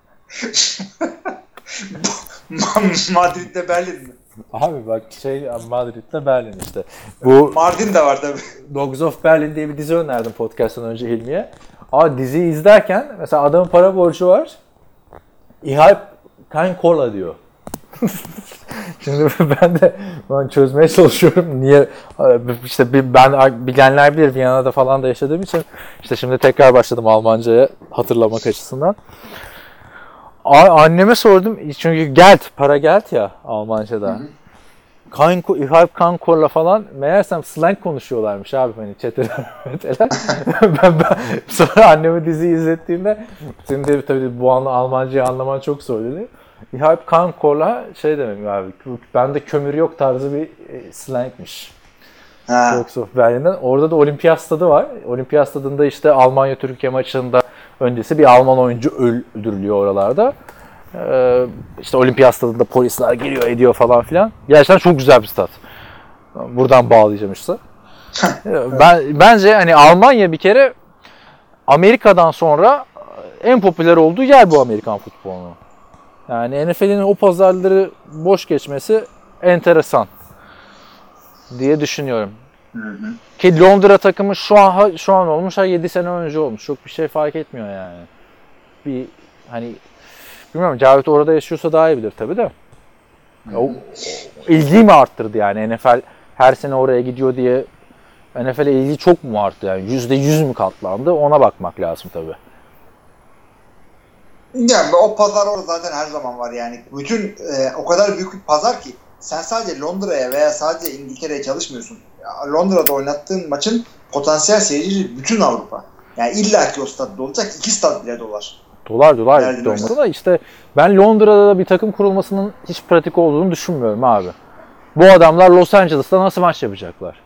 Madrid'de Berlin mi? Abi bak şey Madrid'de Berlin işte. Bu Mardin de var tabii. Dogs of Berlin diye bir dizi önerdim podcast'tan önce Hilmi'ye. Abi diziyi izlerken mesela adamın para borcu var. İhal kein Cola diyor. Şimdi ben de ben çözmeye çalışıyorum. Niye işte ben bilenler bilir Viyana'da falan da yaşadığım için işte şimdi tekrar başladım Almanca'ya hatırlamak açısından. Anneme sordum çünkü Geld, para Geld ya Almanca'da. Kein İhal kein Cola falan meğersem slang konuşuyorlarmış abi hani çeteler meteler. ben, ben sonra anneme diziyi izlettiğimde senin de tabii bu anla Almancayı anlaman çok zor dedi. İhal kein Cola şey demek abi. Bende kömür yok tarzı bir slangmiş. Dogs of Berlin'den. Orada da Olimpiyat Stadı var. Olimpiyat Stadı'nda işte Almanya-Türkiye maçında öncesi bir Alman oyuncu öldürülüyor oralarda. Ee, işte Olimpiyat Stadı'nda polisler geliyor ediyor falan filan. Gerçekten çok güzel bir stat. Buradan bağlayacağım işte. ben bence hani Almanya bir kere Amerika'dan sonra en popüler olduğu yer bu Amerikan futbolunun. Yani N F L'nin o pazarları boş geçmesi enteresan diye düşünüyorum. Hı hı. Ki Londra takımı şu an şu an olmuş ha yedi sene önce olmuş. Çok bir şey fark etmiyor yani. Bir hani bilmiyorum Cavit orada yaşıyorsa daha iyi bilir tabii de. O, o ilgiyi mi arttırdı yani N F L her sene oraya gidiyor diye N F L'e ilgi çok mu arttı yani yüzde yüz mü katlandı ona bakmak lazım tabii. Yani o pazar orada zaten her zaman var yani. Bütün e, o kadar büyük bir pazar ki sen sadece Londra'ya veya sadece İngiltere'ye çalışmıyorsun. Ya, Londra'da oynattığın maçın potansiyel seyircisi bütün Avrupa. Yani illaki o stadyumda olacak. İki stad bile dolar. Dolar dolar dolmadı da işte ben Londra'da da bir takım kurulmasının hiç pratik olduğunu düşünmüyorum abi. Bu adamlar Los Angeles'ta nasıl maç yapacaklar?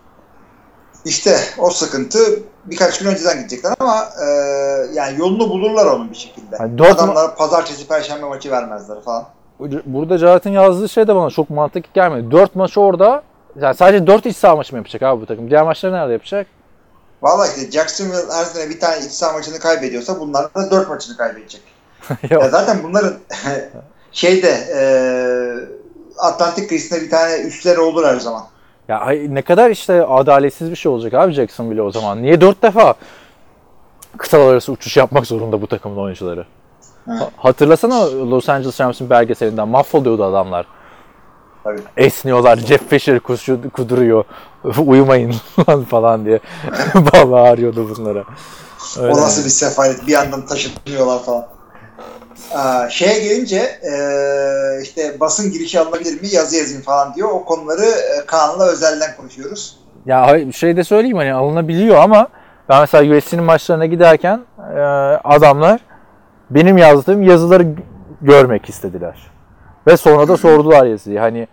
İşte o sıkıntı birkaç gün önceden gidecekler ama e, yani yolunu bulurlar onun bir şekilde. Yani adamlar ma- pazartesi, perşembe maçı vermezler falan. Burada Cahit'in yazdığı şey de bana çok mantıklı gelmedi. dört maç orada, yani sadece dört iç saha maçı mı yapacak abi bu takım? Diğer maçları nerede yapacak? Vallahi işte Jacksonville her sene bir tane iç saha maçını kaybediyorsa bunlar da dört maçını kaybedecek. ya zaten bunların şeyde e, Atlantik kıyısında bir tane üstleri olur her zaman. Ya ne kadar işte adaletsiz bir şey olacak abi Jacksonville o zaman. Niye dört defa kıtalar arası uçuş yapmak zorunda bu takımın oyuncuları? Ha, hatırlasana Los Angeles Rams'in belgeselinden mahvoluyordu adamlar. Tabii. Esniyorlar, Jeff Fisher kuduruyor, uyumayın falan diye. Vallahi ağrıyordu bunlara. Öyle o nasıl yani. Bir sefalet, bir yandan taşınıyorlar falan. Aa, şeye gelince e, işte basın girişi alınabilir mi, yazı yazayım falan diyor. O konuları e, Kaan'la özelden konuşuyoruz. Ya şey de söyleyeyim hani alınabiliyor ama ben mesela U F C'nin maçlarına giderken e, adamlar benim yazdığım yazıları görmek istediler. Ve sonra da sordular yazıyı. Hani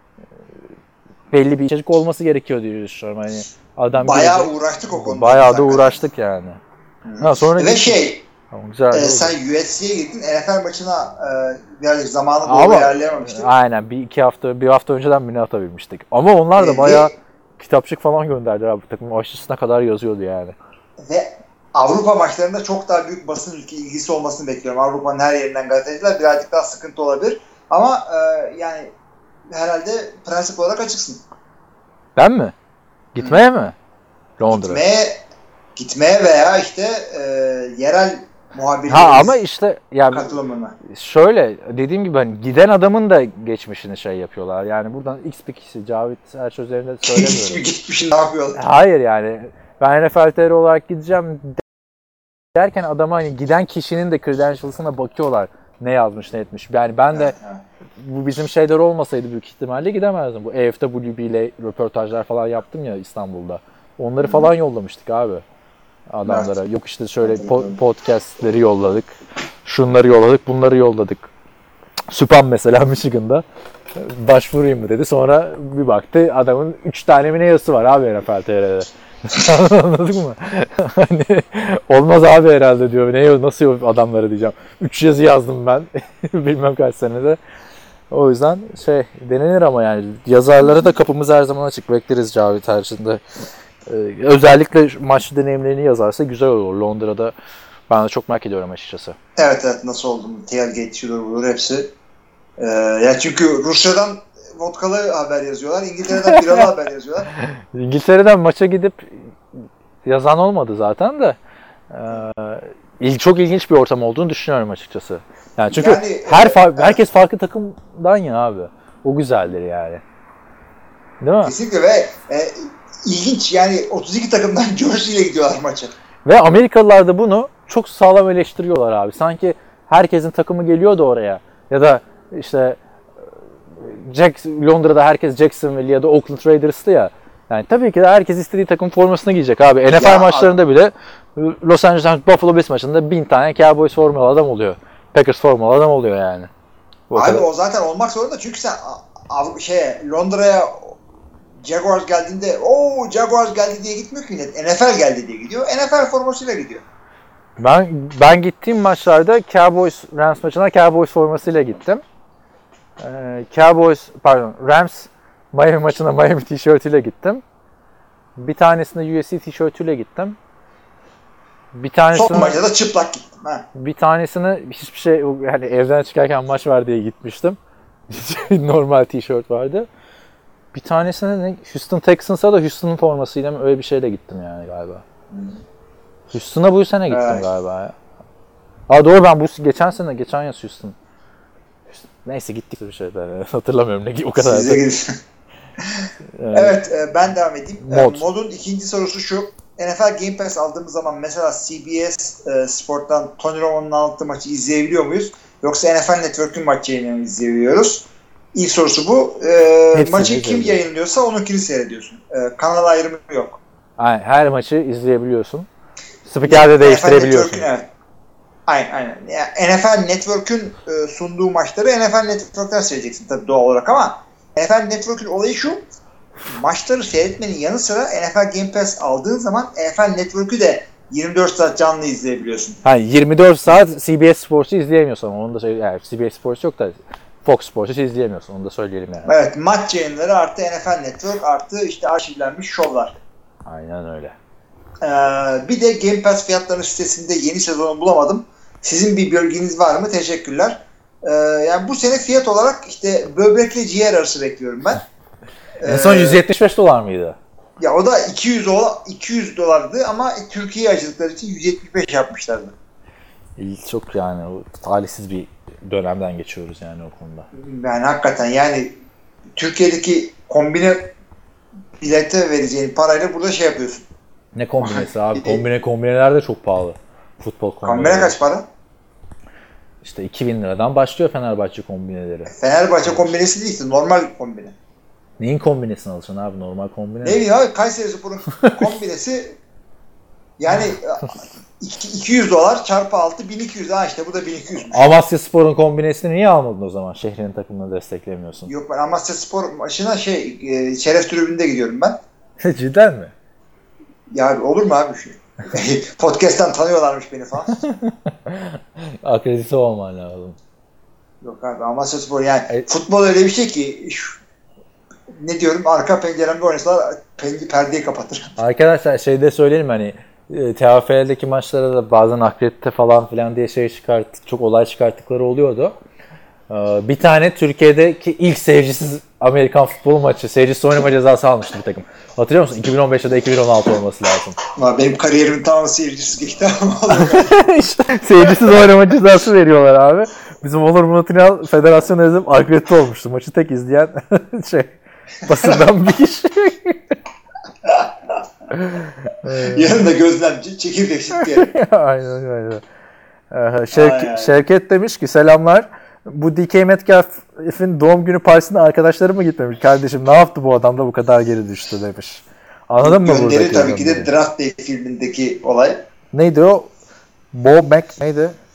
belli bir içerik olması gerekiyor diye düşünüyorum. Hani adam bayağı gelecek, uğraştık o konuda. Bayağı da uğraştık yani. Ha, sonra ve şey tamam, güzel, e, sen U F C'ye girdin N F L maçına e, birazcık zamanı doğru ayarlayamamıştık. Aynen bir iki hafta bir hafta önceden bini atabilmiştik. Ama onlar da e, bayağı ve, kitapçık falan gönderdiler abi. Takımın aşısına kadar yazıyordu yani. Ve Avrupa maçlarında çok daha büyük basın ülke ilgisi olmasını bekliyorum. Avrupa'nın her yerinden gazeteciler birazcık daha sıkıntı olabilir. Ama e, yani herhalde prensip olarak açıksın. Ben mi? Gitmeye hmm. mi? Londra. Gitmeye, gitmeye veya işte e, yerel muhabirlerimiz ha, ama işte yani katılımına. Şöyle dediğim gibi hani giden adamın da geçmişini şey yapıyorlar. Yani buradan X bir kişi Cavit Erçöz üzerinde söylemiyorum. Geçmişini ne yapıyorlar? Hayır yani ben N F L T R olarak gideceğim derken adama hani giden kişinin de credentials'ına bakıyorlar. Ne yazmış ne etmiş. Yani ben de bu bizim şeyler olmasaydı büyük ihtimalle gidemezdim. Bu E F W B ile röportajlar falan yaptım ya İstanbul'da. Onları falan yollamıştık abi adamlara. Evet. Yok işte şöyle po- podcastleri yolladık. Şunları yolladık, bunları yolladık. Süpan mesela Michigan'da başvurayım mı dedi. Sonra bir baktı adamın üç tane mi ne yazısı var abi N F L T R'de. Anladın mı? Hani olmaz abi herhalde diyor. Ne nasıl adamları diyeceğim. üç yazı yazdım ben. Bilmem kaç senede. O yüzden şey denenir ama yani yazarlara da kapımız her zaman açık, bekleriz Cavit Erçin'de. Ee, özellikle maç deneyimlerini yazarsa güzel olur. Londra'da ben de çok merak ediyorum açıkçası. Evet evet nasıl oldu? Tailgate, şudur budur hepsi. Ee, ya çünkü Rusya'dan vodkalı haber yazıyorlar. İngiltere'den biralı haber yazıyorlar. İngiltere'den maça gidip yazan olmadı zaten de. Ee, çok ilginç bir ortam olduğunu düşünüyorum açıkçası. Yani çünkü Yani, her e, fa- herkes farklı takımdan ya abi. O güzeldir yani. Değil mi? Kesinlikle ve e, ilginç yani otuz iki takımdan jersey ile gidiyorlar maça. Ve Amerikalılar da bunu çok sağlam eleştiriyorlar abi. Sanki herkesin takımı geliyordu oraya. Ya da işte Jack, Londra'da herkes Jacksonville ya da Oakland Raiders'tı ya. Yani tabii ki de herkes istediği takım formasını giyecek abi. N F L ya, maçlarında bile Los Angeles Buffalo Bills maçında bin tane Cowboys formalı adam oluyor. Packers formalı adam oluyor yani. O abi kadar. O zaten olmak zorunda çünkü sen şey Londra'ya Jaguars geldiğinde o Jaguars geldi diye gitmiyor ki millet. N F L geldi diye gidiyor. N F L formasıyla gidiyor. Ben ben gittiğim maçlarda Cowboys Rams maçına Cowboys formasıyla gittim. Ee, Cowboys pardon Rams Miami maçına Miami tişörtüyle gittim. Bir tanesinde U S C tişörtüyle gittim. Bir tanesine son maçta da çıplak gittim. Ha. Bir tanesine hiçbir şey yani evden çıkarken maç var diye gitmiştim. Normal tişört vardı. Bir tanesine ne? Houston Texans'a da Houston'un formasıyla mı öyle bir şeyle gittim yani galiba. Hmm. Houston'a bu sene gittim evet. galiba ya. Aa doğru ben bu geçen sene geçen yaz Houston. Neyse gittik bir şey ben hatırlamıyorum ne o kadar. Size gidin. Evet ben devam edeyim. Mod. Modun ikinci sorusu şu. N F L Game Pass aldığımız zaman mesela C B S e, Sport'tan Tony Romo'nun anlattığı maçı izleyebiliyor muyuz? Yoksa N F L Network'ün maç yayınlarını izleyebiliyoruz? İlk sorusu bu. E, maçı kim yayınlıyorsa onunkini seyrediyorsun. E, kanal ayrımı yok. Aynen, her maçı izleyebiliyorsun. Spiker'de değiştirebiliyorsun. Evet. Aynen aynen. Yani N F L Network'ün e, sunduğu maçları N F L Network'ten seyredeceksin tabii doğal olarak ama N F L Network'ün olayı şu. Maçları seyretmenin yanı sıra N F L Game Pass aldığın zaman N F L Network'ü de yirmi dört saat canlı izleyebiliyorsun. Ha yirmi dört saat C B S Sports'u izleyemiyorsun ama onu da söyleyeyim. Yani C B S Sports yok da Fox Sports'u izleyemiyorsun. Onu da söyleyelim yani. Evet, maç yayınları artı N F L Network artı işte arşivlenmiş şovlar. Aynen öyle. Ee, bir de Game Pass fiyatları sitesinde yeni sezonu bulamadım. Sizin bir bilginiz var mı? Teşekkürler. Ee, yani bu sene fiyat olarak işte böbrekle ciğer arası bekliyorum ben. En son yüz yetmiş beş dolar mıydı? Ya o da iki yüz iki yüz dolardı ama Türkiye'ye acıdıkları için yüz yetmiş beş yapmışlardı. Çok yani o talihsiz bir dönemden geçiyoruz yani o konuda. Yani hakikaten yani Türkiye'deki kombine bilete vereceğin parayla burada şey yapıyorsun. Ne kombinesi abi? Kombine kombineler de çok pahalı. Futbol kombineleri. Kombine kaç para? İşte iki bin liradan başlıyor Fenerbahçe kombineleri. Fenerbahçe kombinesi değil, normal kombine. Neyin kombinesini alacaksın abi? Normal kombine. Ne bileyim abi, Kayserispor'un kombinesi yani iki yüz dolar çarpı altı bin iki yüz. Ha işte bu da bin iki yüz. Amasyaspor'un kombinesini niye almadın o zaman? Şehrinin takımını desteklemiyorsun. Yok ben Amasyaspor maçına şey e, şeref tribünde gidiyorum ben. Cidden mi? Ya olur mu abi şey? Podcast'tan tanıyorlarmış beni falan. Akredite olman lazım. Yok abi Amasyaspor yani e- futbol öyle bir şey ki şu, ne diyorum arka penceremde oynasalar perdeyi kapatır. Arkadaşlar şey de söyleyelim hani T A F L'deki maçlara da bazen akredite falan filan diye şey çıkart, çok olay çıkarttıkları oluyordu. Bir tane Türkiye'deki ilk seyircisiz Amerikan futbol maçı, seyircisiz oynama cezası almıştı bir takım. Hatırlıyor musun? iki bin on beş ya da iki bin on altı olması lazım. Benim kariyerimin tamamı seyircisiz geçti ama işte seyircisiz oynama cezası veriyorlar abi. Bizim Olur Murat'ın federasyon ezip akredite olmuştu. Maçı tek izleyen şey basından bir kişi. Yanında gözlemci, çekirdek diye. Aynen öyle. Şevk- Şevket demiş ki selamlar. Bu D K Metcalf'in doğum günü partisine arkadaşları mı gitmemiş? Kardeşim ne yaptı bu adam da bu kadar geri düştü demiş. Anladın mı buradaki? Gönderi tabii ki de Draft Day filmindeki olay. Neydi o? Bob Mac neydi?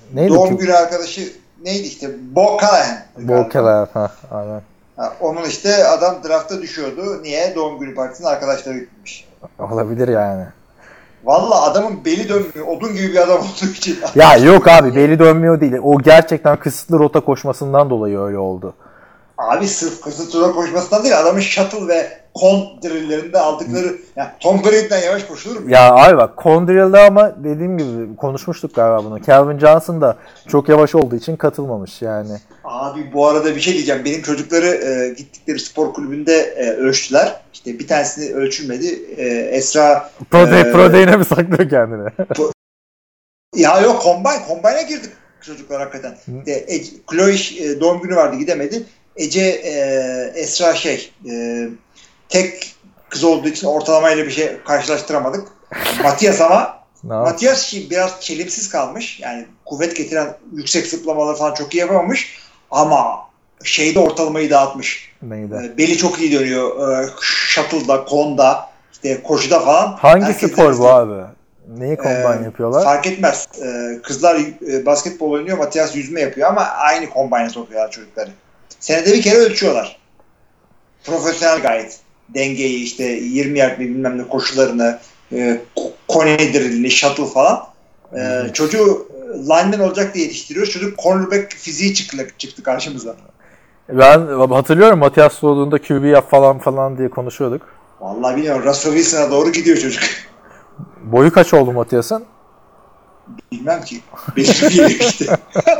Neydi doğum ki? günü arkadaşı neydi işte? Bo Callahan. Bo Callahan. Ha, aynen. Ha, onun işte adam draftta düşüyordu. Niye? Doğum günü partisine arkadaşları gitmiş. Olabilir yani. Valla adamın beli dönmüyor. Odun gibi bir adam olduğu için. Ya yok abi beli dönmüyor değil. O gerçekten kısıtlı rota koşmasından dolayı öyle oldu. Abi sırf kısıtlı koşmasından değil, adamın shuttle ve con drilllerinde aldıkları, yani Tom Brady'den yavaş koşulur mu? Ya abi bak Condrill'de ama dediğim gibi konuşmuştuk galiba bunu. Calvin Johnson da çok yavaş olduğu için katılmamış yani. Abi bu arada bir şey diyeceğim. Benim çocukları e, gittikleri spor kulübünde e, ölçtüler. İşte bir tanesini ölçülmedi. E, Esra Prode, e, Prodeine mi saklıyor kendini? ya yok combine. Combine'a girdik çocuklar hakikaten. De, e, Chloe e, doğum günü vardı gidemedi. Ece e, Esra şey e, tek kız olduğu için ortalamayla bir şey karşılaştıramadık. Matias ama Matias şey, biraz çelimsiz kalmış. Yani kuvvet getiren yüksek zıplamaları falan çok iyi yapamamış. Ama şeyde ortalamayı dağıtmış. Neydi? E, beli çok iyi dönüyor. E, shuttle'da, konda, işte koşuda falan. Hangi Herkes spor bu abi? Neyi combine e, yapıyorlar? Fark etmez. E, kızlar e, basketbol oynuyor, Matias yüzme yapıyor ama aynı combine'e sokuyorlar çocukları. Senede bir kere ölçüyorlar. Profesyonel gayet. Dengeyi işte yirmi yard bilmem ne koşularını, e, kone drillini, shuttle falan. E, çocuğu lineman olacak diye yetiştiriyoruz. Çocuk cornerback fiziği çıktı, çıktı karşımıza. Ben hatırlıyorum Matias olduğunda Q B yap falan falan diye konuşuyorduk. Vallahi bilmiyorum. Russell Wilson'a doğru gidiyor çocuk. Boyu kaç oldu Matias'ın? Bilmem ki. Benim işte.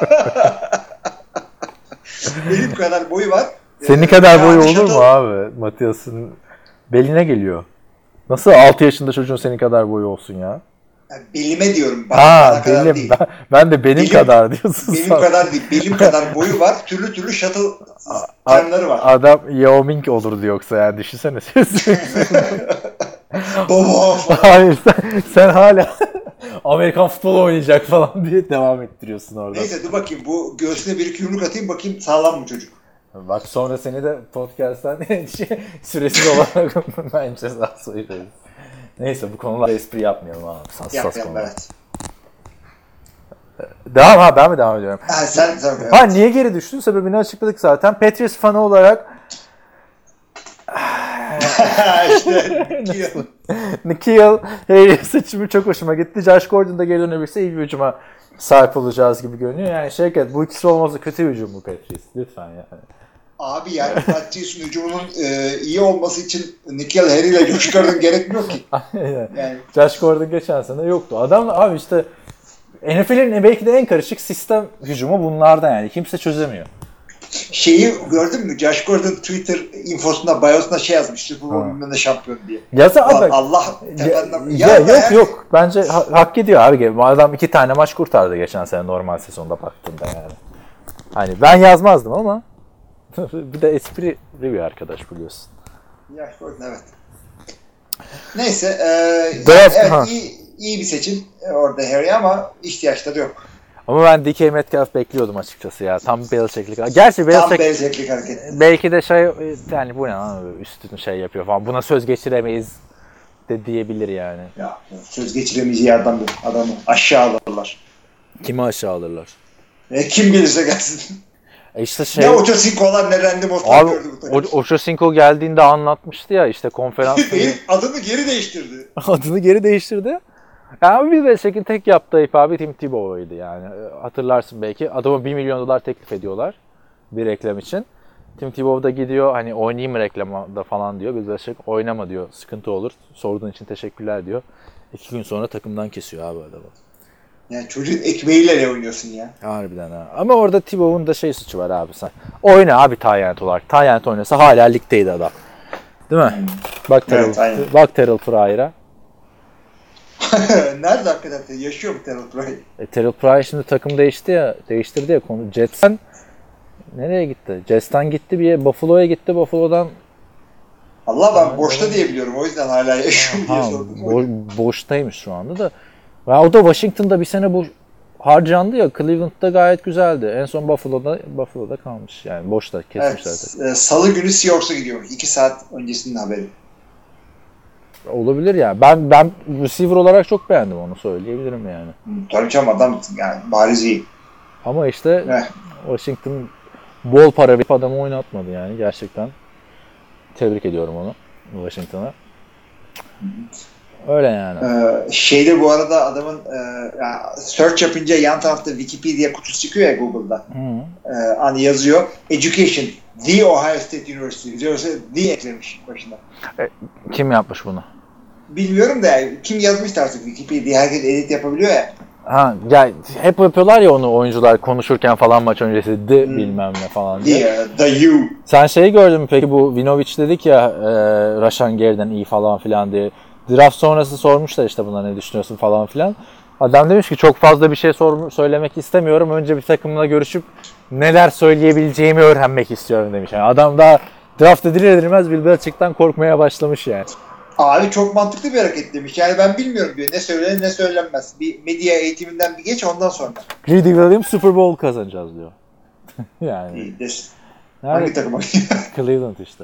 Benim kadar boyu var. Senin ee, kadar boyu yani olur mu abi? Matias'ın beline geliyor. Nasıl altı yaşında çocuğun senin kadar boyu olsun ya? Yani belime diyorum. Bana, Ha bana kadar belim. değil. Ben, ben de benim Belim- kadar diyorsun. Benim sana. kadar değil. Benim kadar boyu var. Türlü türlü shuttle termleri var. Adam Yao Ming olurdu yoksa yani düşünsene. Baba falan. Hayır sen, sen hala Amerikan futbolu oynayacak falan diye devam ettiriyorsun orada. Neyse dur bakayım, bu göğsüne bir iki yumruk atayım bakayım sağlam mı çocuk. Bak sonra seni de podcast'tan süresiz olarak ben ceza soyuyoruz. Neyse bu konularda espri yapmayalım abi. Hassas Yapmayalım konular. evet. Devam ha ben mi devam ediyorum? Ha, sen, sen evet. Ha niye geri düştün? Sebebini açıkladık zaten. Patriots fanı olarak işte N'Keal Harry seçimi çok hoşuma gitti. Josh Gordon da geri dönebilirse iyi bir hücuma sahip olacağız gibi görünüyor. Yani Şevket bu ikisi olmazsa kötü bir hücum bu Patriots. Lütfen yani. abi yani Patriots'un hücumunun e, iyi olması için N'Keal Harry ile Josh Gordon gerekmiyor ki. Yani. Josh Gordon geçen sene yoktu. Adam abi işte N F L'in belki de en karışık sistem hücumu bunlardan yani. Kimse çözemiyor. Şeyi gördün mü? Josh Gordon Twitter infosunda, biosuna şey yazmış. Super Bowl bilmem ne şampiyon diye. Yazı abi. Allah tependen. Ya, ya, yok yok. Bence ha, hak ediyor abi. Adam iki tane maç kurtardı geçen sene normal sezonda baktığında yani. Hani ben yazmazdım ama bir de esprili bir arkadaş biliyorsun. Josh Gordon evet. Neyse. E, Draft, evet ha. iyi, iyi bir seçim orada Harry ama ihtiyaçları yok. Ama ben D K Metcalf bekliyordum açıkçası ya. Tam Belichick'lik. Gerçi Tam Belichick Belichick'lik hareket. belki de şey yani bu ne lan üstün şey yapıyor falan. Buna söz geçiremeyiz de diyebilir yani. Ya söz geçiremeyeceği adam bu. Adamı aşağı alırlar. Kimi aşağı alırlar? E, kim gelirse gelsin. E işte şey... Ne Ocho Cinco'lar ne Randy Moss'lar Abi gördü bu takım. o- Ocho Cinco geldiğinde anlatmıştı ya işte konferansta. Değil, adını geri değiştirdi. Adını geri değiştirdi. Yani bir Belichick'in tek yaptığı ayıp abi Tim Tebow'ydu yani. Hatırlarsın belki. Adama bir milyon dolar teklif ediyorlar bir reklam için. Tim Tebow da gidiyor hani oynayayım mı reklamda falan diyor. Bill Belichick oynama diyor. Sıkıntı olur. Sorduğun için teşekkürler diyor. İki gün sonra takımdan kesiyor abi adamı. Yani çocuğun ekmeğiyle ne oynuyorsun ya? Harbiden ha. Ama orada Tebow'un da şey suçu var abi sen. Oyna abi Tayyent olarak. Tayyent oynasa hala ligdeydi adam. Değil mi? Bak Terrell, Evet, aynen. bak Terrell Pryor'a. Nerede hakikaten? Yaşıyor mu Terrell Pryor? E, Terrell Pryor şimdi takım değişti ya, değiştirdi ya konu. Jets'ten nereye gitti? Jets'ten gitti bir yere, Buffalo'ya gitti. Buffalo'dan Allah ben boşta diye biliyorum. O yüzden hala yaşıyor mu diye ha, sordum. bo- boştaymış şu anda da. Ya o da Washington'da bir sene bu harcandı ya. Cleveland'da gayet güzeldi. En son Buffalo'da Buffalo'da kalmış. Yani boşta kesmişler. Evet, e, Salı günü Seahawks'a gidiyor. İki saat öncesinin haberi. Olabilir ya. Ben ben receiver olarak çok beğendim onu söyleyebilirim yani. Tabii canım adam yani bariz iyi. Ama işte Eh. Washington bol para verip adamı oynatmadı yani. Gerçekten tebrik ediyorum onu. Washington'a. Öyle yani. Ee, şeyde bu arada adamın e, ya search yapınca yan tarafta Wikipedia kutusu çıkıyor ya Google'da. Hı. Ee, hani yazıyor. Education. The Ohio State University. Biliyorsa The eklemiş başına. Kim yapmış bunu? Bilmiyorum da yani, kim yazmıştı artık Wikipedia. Herkes edit yapabiliyor ya. Ha, ya hep yapıyorlar ya onu oyuncular konuşurken falan maç öncesi the hmm. bilmem ne falan diye. The, the U. Sen şeyi gördün mü peki, bu Vinovich dedik ya e, Rashan Gary'den iyi falan filan diye. Draft sonrası sormuşlar işte buna ne düşünüyorsun falan filan. Adam demiş ki çok fazla bir şey sor- söylemek istemiyorum. Önce bir takımla görüşüp neler söyleyebileceğimi öğrenmek istiyorum demiş. Yani adam daha draft edilir edilmez Bill Belichick'ten korkmaya başlamış yani. Abi çok mantıklı bir hareket demiş. Yani ben bilmiyorum diyor. Ne söylenir ne söylenmez. Bir medya eğitiminden bir geç ondan sonra. Greedy Williams Super Bowl kazanacağız diyor. Yani. İyidir. Nerede? Hangi takıma? Cleveland işte.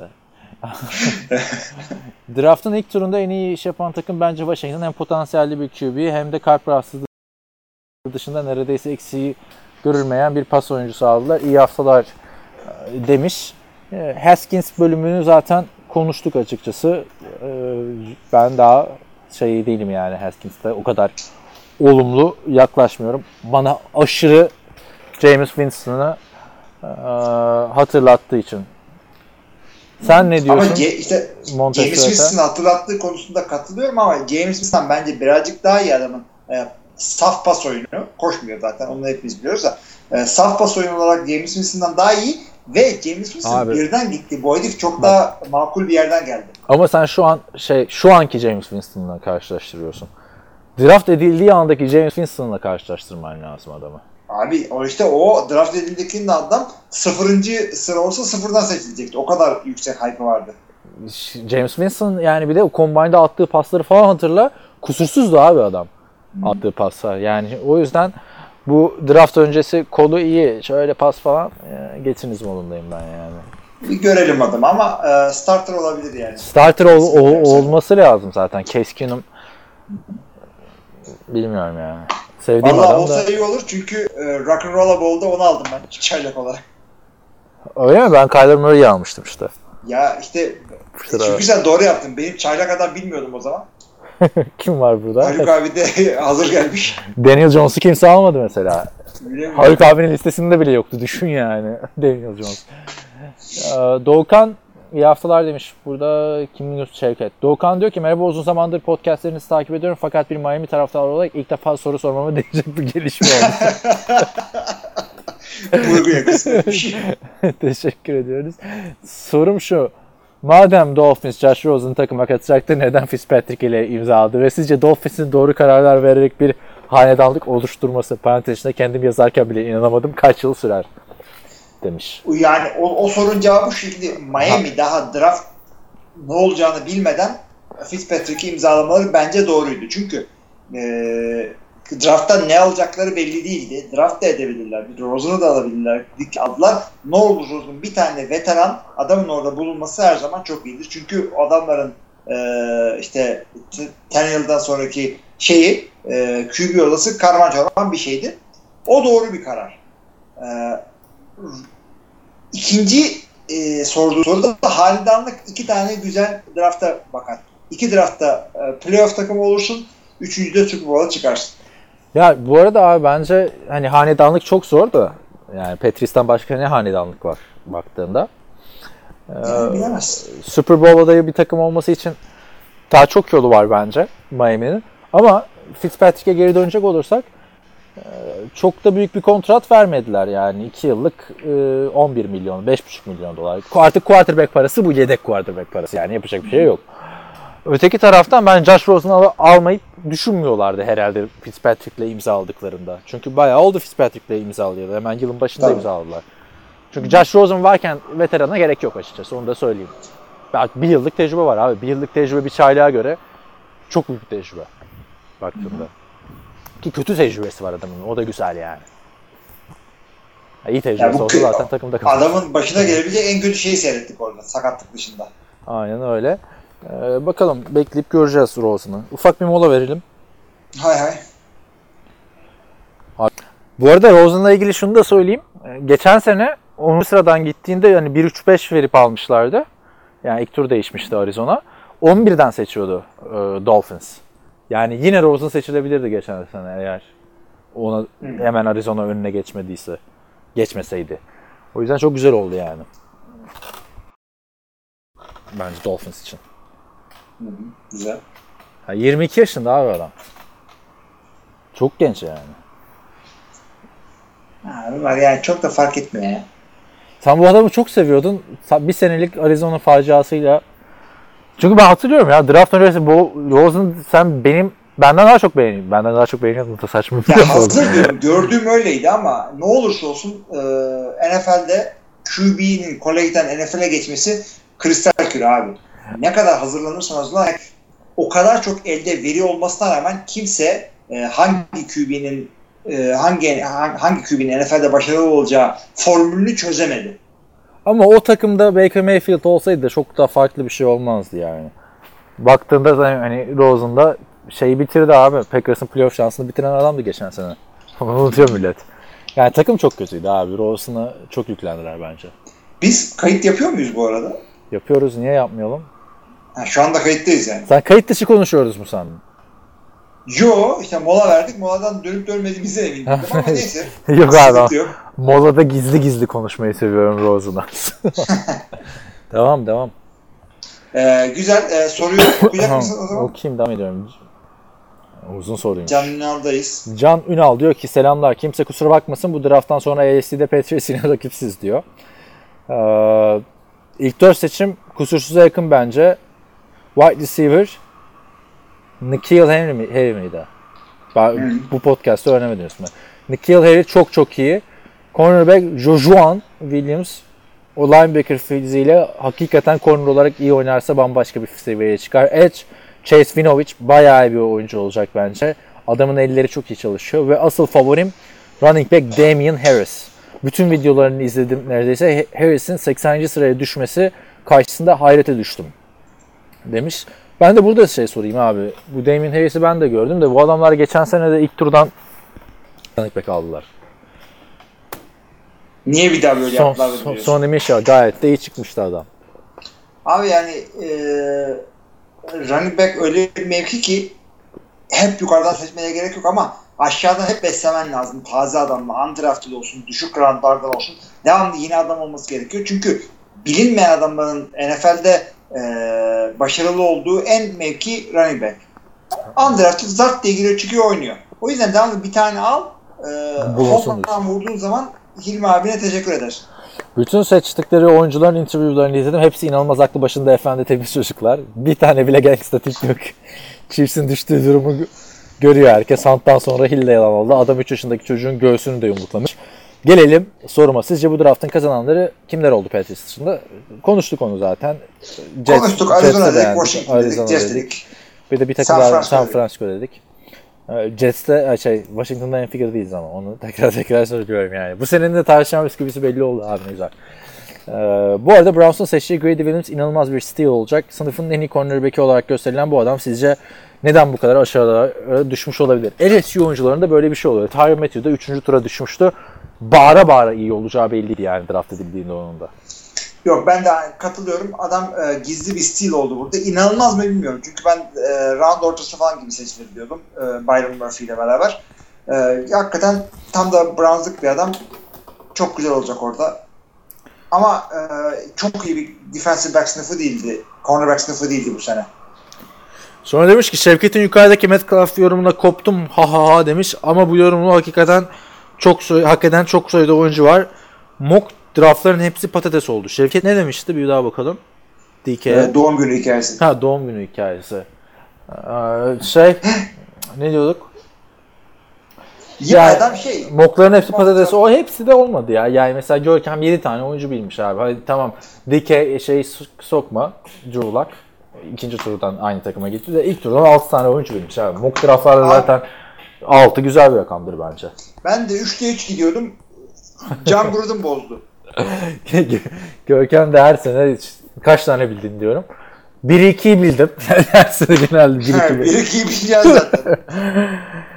Draft'ın ilk turunda en iyi iş yapan takım bence Washington. Hem potansiyelli bir Q B hem de kalp rahatsızlığı dışında neredeyse eksiği görülmeyen bir pas oyuncusu aldılar. İyi haftalar demiş. Haskins bölümünü zaten konuştuk açıkçası. Ben daha şey değilim yani Haskins'te o kadar olumlu yaklaşmıyorum. Bana aşırı Jameis Winston'ı hatırlattığı için. Sen ne diyorsun? Ama C- işte Jameis Winston'ı hatırlattığı konusunda katılıyorum ama Jameis Winston bence birazcık daha iyi adamın. E, saf pas oyunu. Koşmuyor zaten. Onu hepimiz biliyoruz da. E, saf pas oyunu olarak Jameis Winston'dan daha iyi ve Jameis Winston abi, birden gitti. Bu herif çok bak, daha makul bir yerden geldi. Ama sen şu an şey şu anki Jameis Winston'la karşılaştırıyorsun. Draft edildiği andaki Jameis Winston'la karşılaştırman lazım adamı. Abi o işte o draft edildiğinde adam sıfırıncı sıra olsa sıfırdan seçilecekti. O kadar yüksek hype vardı. Jameis Winston yani bir de o combine'da attığı pasları falan hatırla. Kusursuzdu abi adam. Hmm. Attığı paslar. Yani o yüzden bu draft öncesi kolu iyi. Şöyle pas falan e, geçiniz modundayım ben yani. Bir görelim adamı ama e, starter olabilir yani. Starter ol, ol, olması lazım zaten. Case Keenum bilmiyorum yani. Sevdiğim Vallahi adam olsa da... iyi olur çünkü e, Rock'n'Rolla Bowl'da onu aldım ben çaylak olarak. Öyle mi? Ben Kyler Murray'i almıştım işte. Ya işte Sıra. Çünkü sen doğru yaptın. Benim çaylak adam bilmiyordum o zaman. Kim var burada? Haluk abi de hazır gelmiş. Daniel Jones'u kimse almadı mesela. Haluk abinin listesinde bile yoktu. Düşün yani. Daniel Jones. Doğukan iyi haftalar demiş. Burada kimin gözü Şevket. Doğukan diyor ki merhaba, uzun zamandır podcastlerinizi takip ediyorum fakat bir Miami taraftarı olarak ilk defa soru sormama değecek bir gelişme oldu. Vurguya kısmetmiş. Teşekkür ediyoruz. Sorum şu. Madem Dolphins Josh Rosen'ın takıma katacaktı, neden Fitzpatrick ile imza aldı? Ve sizce Dolphins'in doğru kararlar vererek bir hanedanlık oluşturması, parantez içinde kendim yazarken bile inanamadım, kaç yıl sürer? Demiş. Yani o, o sorunun cevabı şu şekilde: Miami ha. daha draft ne olacağını bilmeden Fitzpatrick'i imzalamaları bence doğruydu. Çünkü e, draft'tan ne alacakları belli değildi. Draft da edebilirler. Rosen'ı da alabilirler. Dik aldılar. Ne olur Rosen'ın bir tane veteran adamın orada bulunması her zaman çok iyidir. Çünkü adamların e, işte Tannehill'dan sonraki şeyi e, Q B odası karman çorman bir şeydi. O doğru bir karar. E, İkinci e, sorduğu soruda da hanedanlık iki tane güzel drafta bakar. İki draftta e, playoff takımı olursun, üçüncüde Super Bowl'a çıkarsın. Ya bu arada abi bence hani hanedanlık çok zor da yani Patrice'den başka ne hanedanlık var baktığında. Yani bilemezsin. Super Bowl adayı bir takım olması için daha çok yolu var bence Miami'nin. Ama Fitzpatrick'e geri dönecek olursak çok da büyük bir kontrat vermediler yani. iki yıllık on bir milyon, beş buçuk milyon dolar. Artık quarterback parası bu, yedek quarterback parası yani, yapacak bir şey yok. Öteki taraftan ben Josh Rosen'ı al- almayı düşünmüyorlardı herhalde Fitzpatrick'le imza aldıklarında. Çünkü bayağı oldu Fitzpatrick'le imzalıyorlar. Hemen yılın başında Tabii. imzaladılar. Çünkü Josh Rosen varken veterana gerek yok açıkçası, onu da söyleyeyim. Bir yıllık tecrübe var abi. Bir yıllık tecrübe bir çaylağa göre çok büyük bir tecrübe baktığımda. Ki kötü tecrübesi var adamın. O da güzel yani. Ya iyi tecrübesi yani olsa zaten takımda kalır. Adamın başına gelebilecek en kötü şeyi seyrettik orada. Sakatlık dışında. Aynen öyle. Ee, bakalım bekleyip göreceğiz Rosen'ı. Ufak bir mola verelim. Hay hay. Bu arada Rosen'la ilgili şunu da söyleyeyim. Geçen sene onuncu sıradan gittiğinde yani bir üç beş verip almışlardı. Yani ilk tur değişmişti Arizona. on birden seçiyordu e, Dolphins. Yani yine Rosen seçilebilirdi geçen sene eğer ona hmm. hemen Arizona önüne geçmediyse, geçmeseydi. O yüzden çok güzel oldu yani. Bence Dolphins için. Hı hı, güzel. Ha, yirmi iki yaşında abi adam. Çok genç yani. Ha, yani çok da fark etmiyor ya. Sen bu adamı çok seviyordun. Bir senelik Arizona faciasıyla. Çünkü ben hatırlıyorum ya draft öncesi bu Rosen sen benim benden daha çok beğeniyorsun. Benden daha çok beğeniyordun da saçma bir şey. Hatırlıyorum. Gördüğüm öyleydi ama ne olursa olsun e, N F L'de Q B'nin kolejden N F L'e geçmesi kristal küre abi. Ne kadar hazırlanırsan hazırlan o kadar çok elde veri olmasına rağmen kimse e, hangi Q B'nin e, hangi hangi Q B'nin N F L'de başarılı olacağı formülünü çözemedi. Ama o takımda Baker Mayfield olsaydı da çok daha farklı bir şey olmazdı yani. Baktığında hani Rosen'da şeyi bitirdi abi. Packers'ın playoff şansını bitiren adamdı geçen sene. Unutuyor millet. Yani takım çok kötüydü abi. Rosen'a çok yüklendiler bence. Biz kayıt yapıyor muyuz bu arada? Yapıyoruz. Niye yapmayalım? Ha, şu anda kayıttayız yani. Sen kayıt dışı konuşuyoruz mu sandın? Yo işte mola verdik. Moladan dönüp dönmediğimize emindim ama neyse. Yok abi. Yok. Molada gizli gizli konuşmayı seviyorum Rosen'a. Devam devam. Ee, güzel. Ee, soruyu okuyacak mısın o zaman? Okuyayım, devam ediyorum. Uzun soruymuş. Can Ünal'dayız. Can Ünal diyor ki selamlar. Kimse kusura bakmasın bu drafttan sonra A F C'de Patriots yine rakipsiz diyor. Ee, ilk dört seçim kusursuza yakın bence. Wide receiver N'Keal Harry, mi, Harry miydi? Ben hmm. bu podcast'ı öğrenemedim ismi. N'Keal Harry çok çok iyi. Cornerback Jojuan Williams o linebacker fiziğiyle hakikaten corner olarak iyi oynarsa bambaşka bir seviyeye çıkar. Edge Chase Winovich bayağı bir oyuncu olacak bence. Adamın elleri çok iyi çalışıyor ve asıl favorim running back Damien Harris. Bütün videolarını izledim neredeyse. Harris'in sekseninci sıraya düşmesi karşısında hayrete düştüm demiş. Ben de burada şey sorayım abi. Bu Damien Harris'i ben de gördüm de bu adamlar geçen sene de ilk turdan running back aldılar. Niye bir daha böyle son, yaptılar? Son, Sonny Michel gayet de iyi çıkmıştı adam. Abi yani e, running back öyle bir mevki ki hep yukarıdan seçmeye gerek yok ama aşağıdan hep beslemen lazım. Taze adamla, undrafted olsun, düşük roundlardan olsun. Devamlı yeni adam olması gerekiyor. Çünkü bilinmeyen adamların N F L'de e, başarılı olduğu en mevki running back. Undrafted zart diye giriyor çıkıyor oynuyor. O yüzden devamlı bir tane al. E, Hop'tan vurduğun zaman Hilmi abine teşekkür eder. Bütün seçtikleri oyuncuların interview'larını izledim. Hepsi inanılmaz aklı başında efendi temiz çocuklar. Bir tane bile gangsta tip yok. Chiefs'in düştüğü durumu görüyor herkes. Hunt'tan sonra Hill'le yalan oldu. Adam üç yaşındaki çocuğun göğsünü de yumruklamış. Gelelim soruma. Sizce bu draftın kazananları kimler oldu Patriots dışında? Konuştuk onu zaten. Jets, Konuştuk. Arizona dedik, Washington dedik, Jets dedik. Bir de bir takım San, San Francisco dedik. Jets'te şey Washington'da en figür değiliz ama onu tekrar tekrar söylüyorum yani. Bu senenin de tartışma bisküvisi belli oldu abi, güzel. Ee, bu arada Browns'un seçtiği Grady Williams inanılmaz bir steal olacak. Sınıfın en iyi cornerback'i olarak gösterilen bu adam sizce neden bu kadar aşağıda düşmüş olabilir? L S U oyuncularında böyle bir şey oluyor. Tyrann Mathieu da üçüncü tura düşmüştü. Bağıra bağıra iyi olacağı belliydi yani draft edildiğinde onun da. Yok, ben de katılıyorum. Adam e, gizli bir steal oldu burada. İnanılmaz mı bilmiyorum. Çünkü ben e, round ortası falan gibi seçilir diyordum. E, Byron Murphy ile beraber. E, hakikaten tam da Browns'lık bir adam. Çok güzel olacak orada. Ama e, çok iyi bir defensive back sınıfı değildi. Cornerback sınıfı değildi bu sene. Sonra demiş ki Şevket'in yukarıdaki Metcalf yorumuna koptum ha ha ha demiş. Ama bu yorumunu hakikaten çok soy, hak eden çok sayıda oyuncu var. Mock draftların hepsi patates oldu. Şevket ne demişti? Bir daha bakalım. D K'ye. Ee, doğum günü hikayesi. Ha, doğum günü hikayesi. Ee, şey ne diyorduk? Ya yani, adam şey. Mockların hepsi patates. O hepsi de olmadı ya. Yani mesela Görkem yedi tane oyuncu bilmiş abi. Hadi tamam. D K şeyi sokma. Drew Lock. İkinci turdan aynı takıma gitti de ilk turdan altı tane oyuncu bilmiş abi. Mock draftlarda zaten altı güzel bir rakamdır bence. Ben de üçte üç gidiyordum. Can Gruden bozdu. Görkem de her sene kaç tane bildin diyorum. bir ikiyi bildim. Her sene genelde bir iki bildim. bir ikiyi bileceğiz zaten.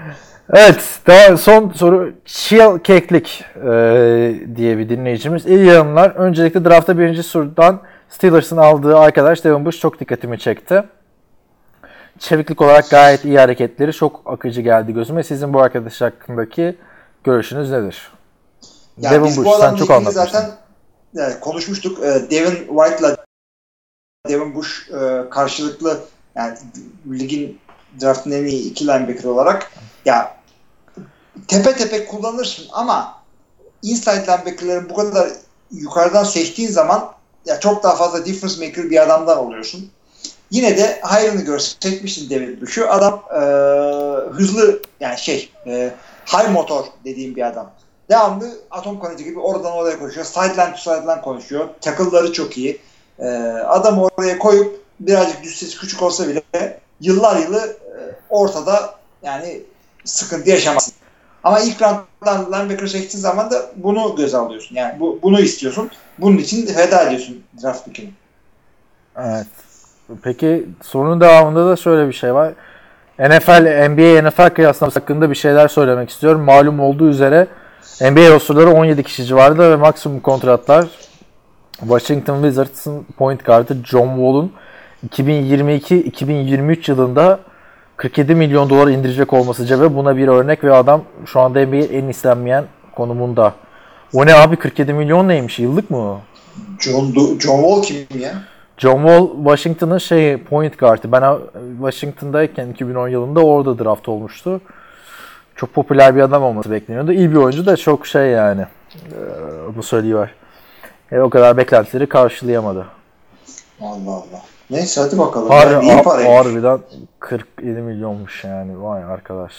Evet, daha son soru Chill Keklik e, diye bir dinleyicimiz. İyi yayınlar. Öncelikle draftta birinci turdan Steelers'ın aldığı arkadaş Devin Bush çok dikkatimi çekti. Çeviklik olarak gayet iyi hareketleri çok akıcı geldi gözüme. Sizin bu arkadaş hakkındaki görüşünüz nedir? Yani Devin biz Bush, bu sen adamla çok ilgili anlatmıştın. zaten yani konuşmuştuk. Ee, Devin White'la Devin Bush e, karşılıklı yani ligin draftın en iyi iki linebacker olarak ya tepe tepe kullanırsın ama inside linebacker'ların bu kadar yukarıdan seçtiğin zaman ya çok daha fazla difference maker bir adamdan oluyorsun. Yine de hayrını görse seçmişsin Devin Bush'u. Adam e, hızlı yani şey e, high motor dediğim bir adam. Devamlı atom kanıcı gibi oradan oraya koşuyor. Sideline to sideline konuşuyor. Tackle'ları çok iyi. Ee, adamı oraya koyup birazcık cüssesi küçük olsa bile yıllar yılı e, ortada yani sıkıntı yaşamazsın. Ama ilk round'dan linebacker seçtiğin zaman da bunu göze alıyorsun. Yani bu, bunu istiyorsun. Bunun için feda ediyorsun draft pick'ini. Evet. Peki sorunun devamında da şöyle bir şey var. N F L, N B A, N F L kıyaslaması hakkında bir şeyler söylemek istiyorum. Malum olduğu üzere N B A rosterları on yedi kişi civarında ve maksimum kontratlar Washington Wizards'ın point guard'ı John Wall'un iki bin yirmi iki iki bin yirmi üç yılında kırk yedi milyon dolar indirecek olması cebe buna bir örnek ve adam şu anda N B A'nin en istenmeyen konumunda. O ne abi, kırk yedi milyon neymiş? Yıllık mı o? John, John Wall kim ya? John Wall Washington'ın şey point guard'ı. Ben Washington'dayken iki bin on yılında orada draft olmuştu. Çok popüler bir adam olması bekleniyordu. İyi bir oyuncu da çok şey yani. Ee, bu söyleyiver. E, o kadar beklentileri karşılayamadı. Allah Allah. Neyse hadi bakalım. Har yani iyi paraymış. Harbiden kırk yedi milyonmuş yani. Vay arkadaş.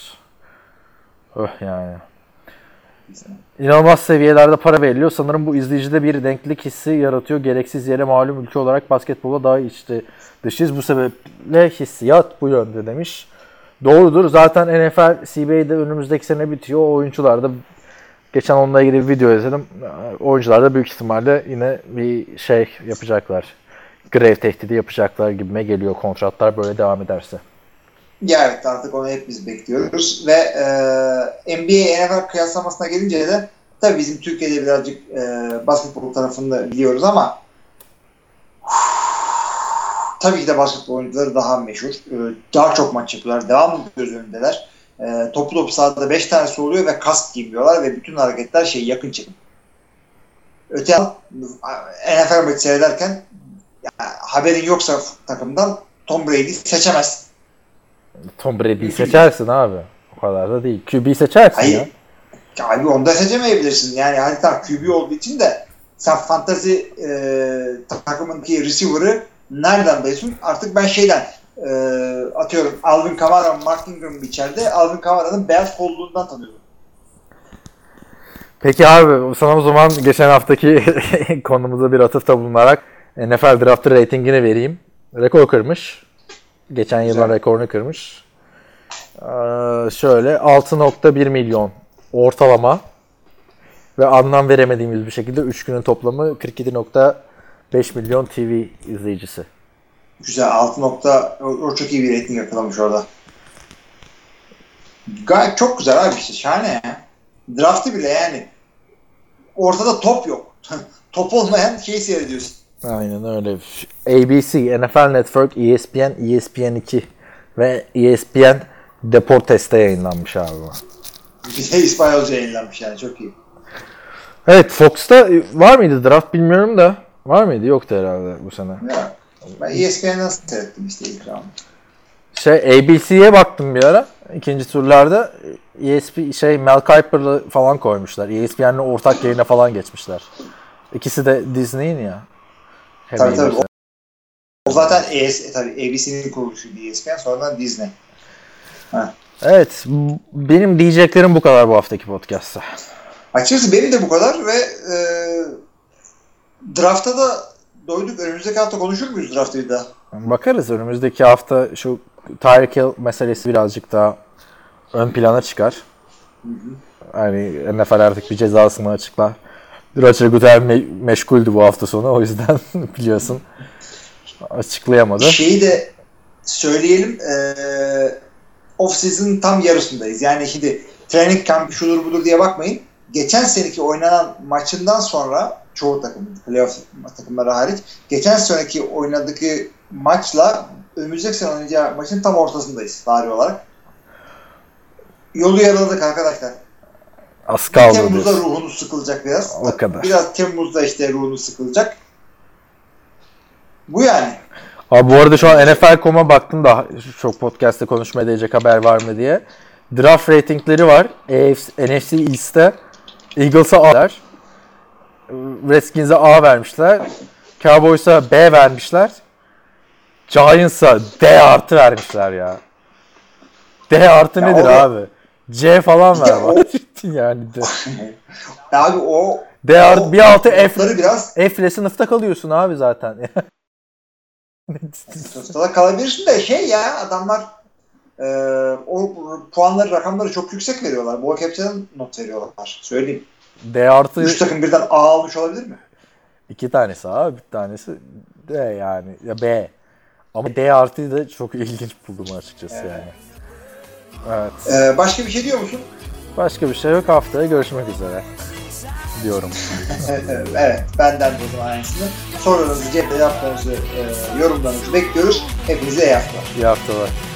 Öh yani. İnanılmaz seviyelerde para veriliyor. Sanırım bu izleyicide bir denklik hissi yaratıyor. Gereksiz yere malum ülke olarak basketbola daha içli dışıyız. Bu sebeple hissiyat bu yönde demiş. Doğrudur. Zaten N F L C B A'de önümüzdeki sene bitiyor. O oyuncular da geçen onunla ilgili bir video izledim. Oyuncular da büyük ihtimalle yine bir şey yapacaklar. Grev tehdidi yapacaklar gibime geliyor kontratlar böyle devam ederse. Ya evet, artık onu hep biz bekliyoruz ve e, N B A N F L kıyaslamasına gelince de tabii bizim Türkiye'de birazcık e, basketbol tarafını biliyoruz ama tabii ki de basketbol oyuncuları daha meşhur. E, daha çok maç yapıyorlar. Devamlı göz önündeler. E, topu topu sahada beş tanesi oluyor ve kask giymiyorlar ve bütün hareketler şey yakın çekim. Öte yandan N F L maçı seyrederken yani, haberin yoksa takımdan Tom Brady'yi seçemezsin. Tom Brady'yi seçersin abi. O kadar da değil. Q B'yi seçersin Hayır. ya. Abi onu da seçemeyebilirsin. Yani hani tam Q B olduğu için de sen fantasy e, takımındaki receiver'ı nereden biliyorsun? Artık ben şeyden e, atıyorum Alvin Kamara, Mark Ingram içeride. Alvin Kamara'nın beyaz kolluğundan tanıyorum. Peki abi sana o zaman geçen haftaki konumuza bir atıfta bulunarak N F L draft ratingini vereyim. Rekor kırmış. Geçen yılın rekorunu kırmış. Ee, şöyle altı nokta bir milyon ortalama ve anlam veremediğimiz bir şekilde üç günün toplamı kırk yedi nokta beş milyon T V izleyicisi. Güzel. altı nokta o çok iyi bir rating yakalamış orada. Gayet çok güzel abi işte. Şahane ya. Draftı bile yani ortada top yok. Top olmayan şeyi seyrediyorsun. Aynen öyle. A B C, N F L Network, E S P N, E S P N iki ve E S P N Deportes'te yayınlanmış abi. Bir de İspanyolca yayınlanmış yani çok iyi. Evet, Fox'ta var mıydı draft bilmiyorum da. Var mıydı? Yoktu herhalde bu sene. Ya, ben E S P N'den seyrettim işte ilk round. Şey A B C'ye baktım bir ara. İkinci turlarda E S P şey Mel Kiper'lı falan koymuşlar. E S P N'le ortak yayına falan geçmişler. İkisi de Disney'in ya. Hem Tabii tabii. O, mesela. o zaten E S, tabii A B C'nin kuruluşu E S P N, sonradan Disney. Ha. Evet, benim diyeceklerim bu kadar bu haftaki podcast'ta. Açıkçası benim de bu kadar ve e, draftta da doyduk. Önümüzdeki hafta konuşur muyuz draftı bir daha? Bakarız önümüzdeki hafta şu Tyreek Hill meselesi birazcık daha ön plana çıkar. Hı hı. Yani N F L artık bir cezasını açıklar. Roger Goodell me- meşguldü bu hafta sonu, o yüzden biliyorsun açıklayamadı. Şeyi de söyleyelim. E, off-season'ın tam yarısındayız. Yani şimdi training camp şudur budur diye bakmayın. Geçen seneki oynanan maçından sonra çoğu takım, playoff takımları hariç, geçen seneki oynadığı maçla önümüzdeki sene oynayacağı maçın tam ortasındayız tarih olarak. Yolu yaraladık arkadaşlar. Az kaldı. Temmuz'da ruhunuz sıkılacak biraz. O kadar. Biraz Temmuz'da işte ruhunuz sıkılacak. Bu yani. Abi bu arada şu an N F L nokta com'a baktım da çok podcast'te konuşmaya değecek haber var mı diye. Draft ratingleri var. N F C East'te Eagles'a A vermişler. Redskins'e A vermişler. Cowboys'a B vermişler. Giants'a D artı vermişler ya. D artı Ya nedir o- abi? C falan ver Ya o- bak. Yani D. Abi o D artı bir altı F. notları biraz F ile sınıfta kalıyorsun abi zaten. sınıfta kalabilirsin de şey ya adamlar e, o puanları rakamları çok yüksek veriyorlar. Boy caption'dan not veriyorlar. Söyleyeyim. D artı Üç takım birden A almış olabilir mi? iki tanesi abi, bir tanesi D yani ya B. Ama D artıyı da çok ilginç buldum açıkçası Evet. yani. Evet. Ee, başka bir şey diyor musun? Başka bir şey yok. Haftaya görüşmek üzere diyorum. Evet, benden de o zaman aynısını. Sorularınızı, cevaplarınızı, e, yorumlarınızı bekliyoruz. Hepinize iyi haftalar. İyi haftalar.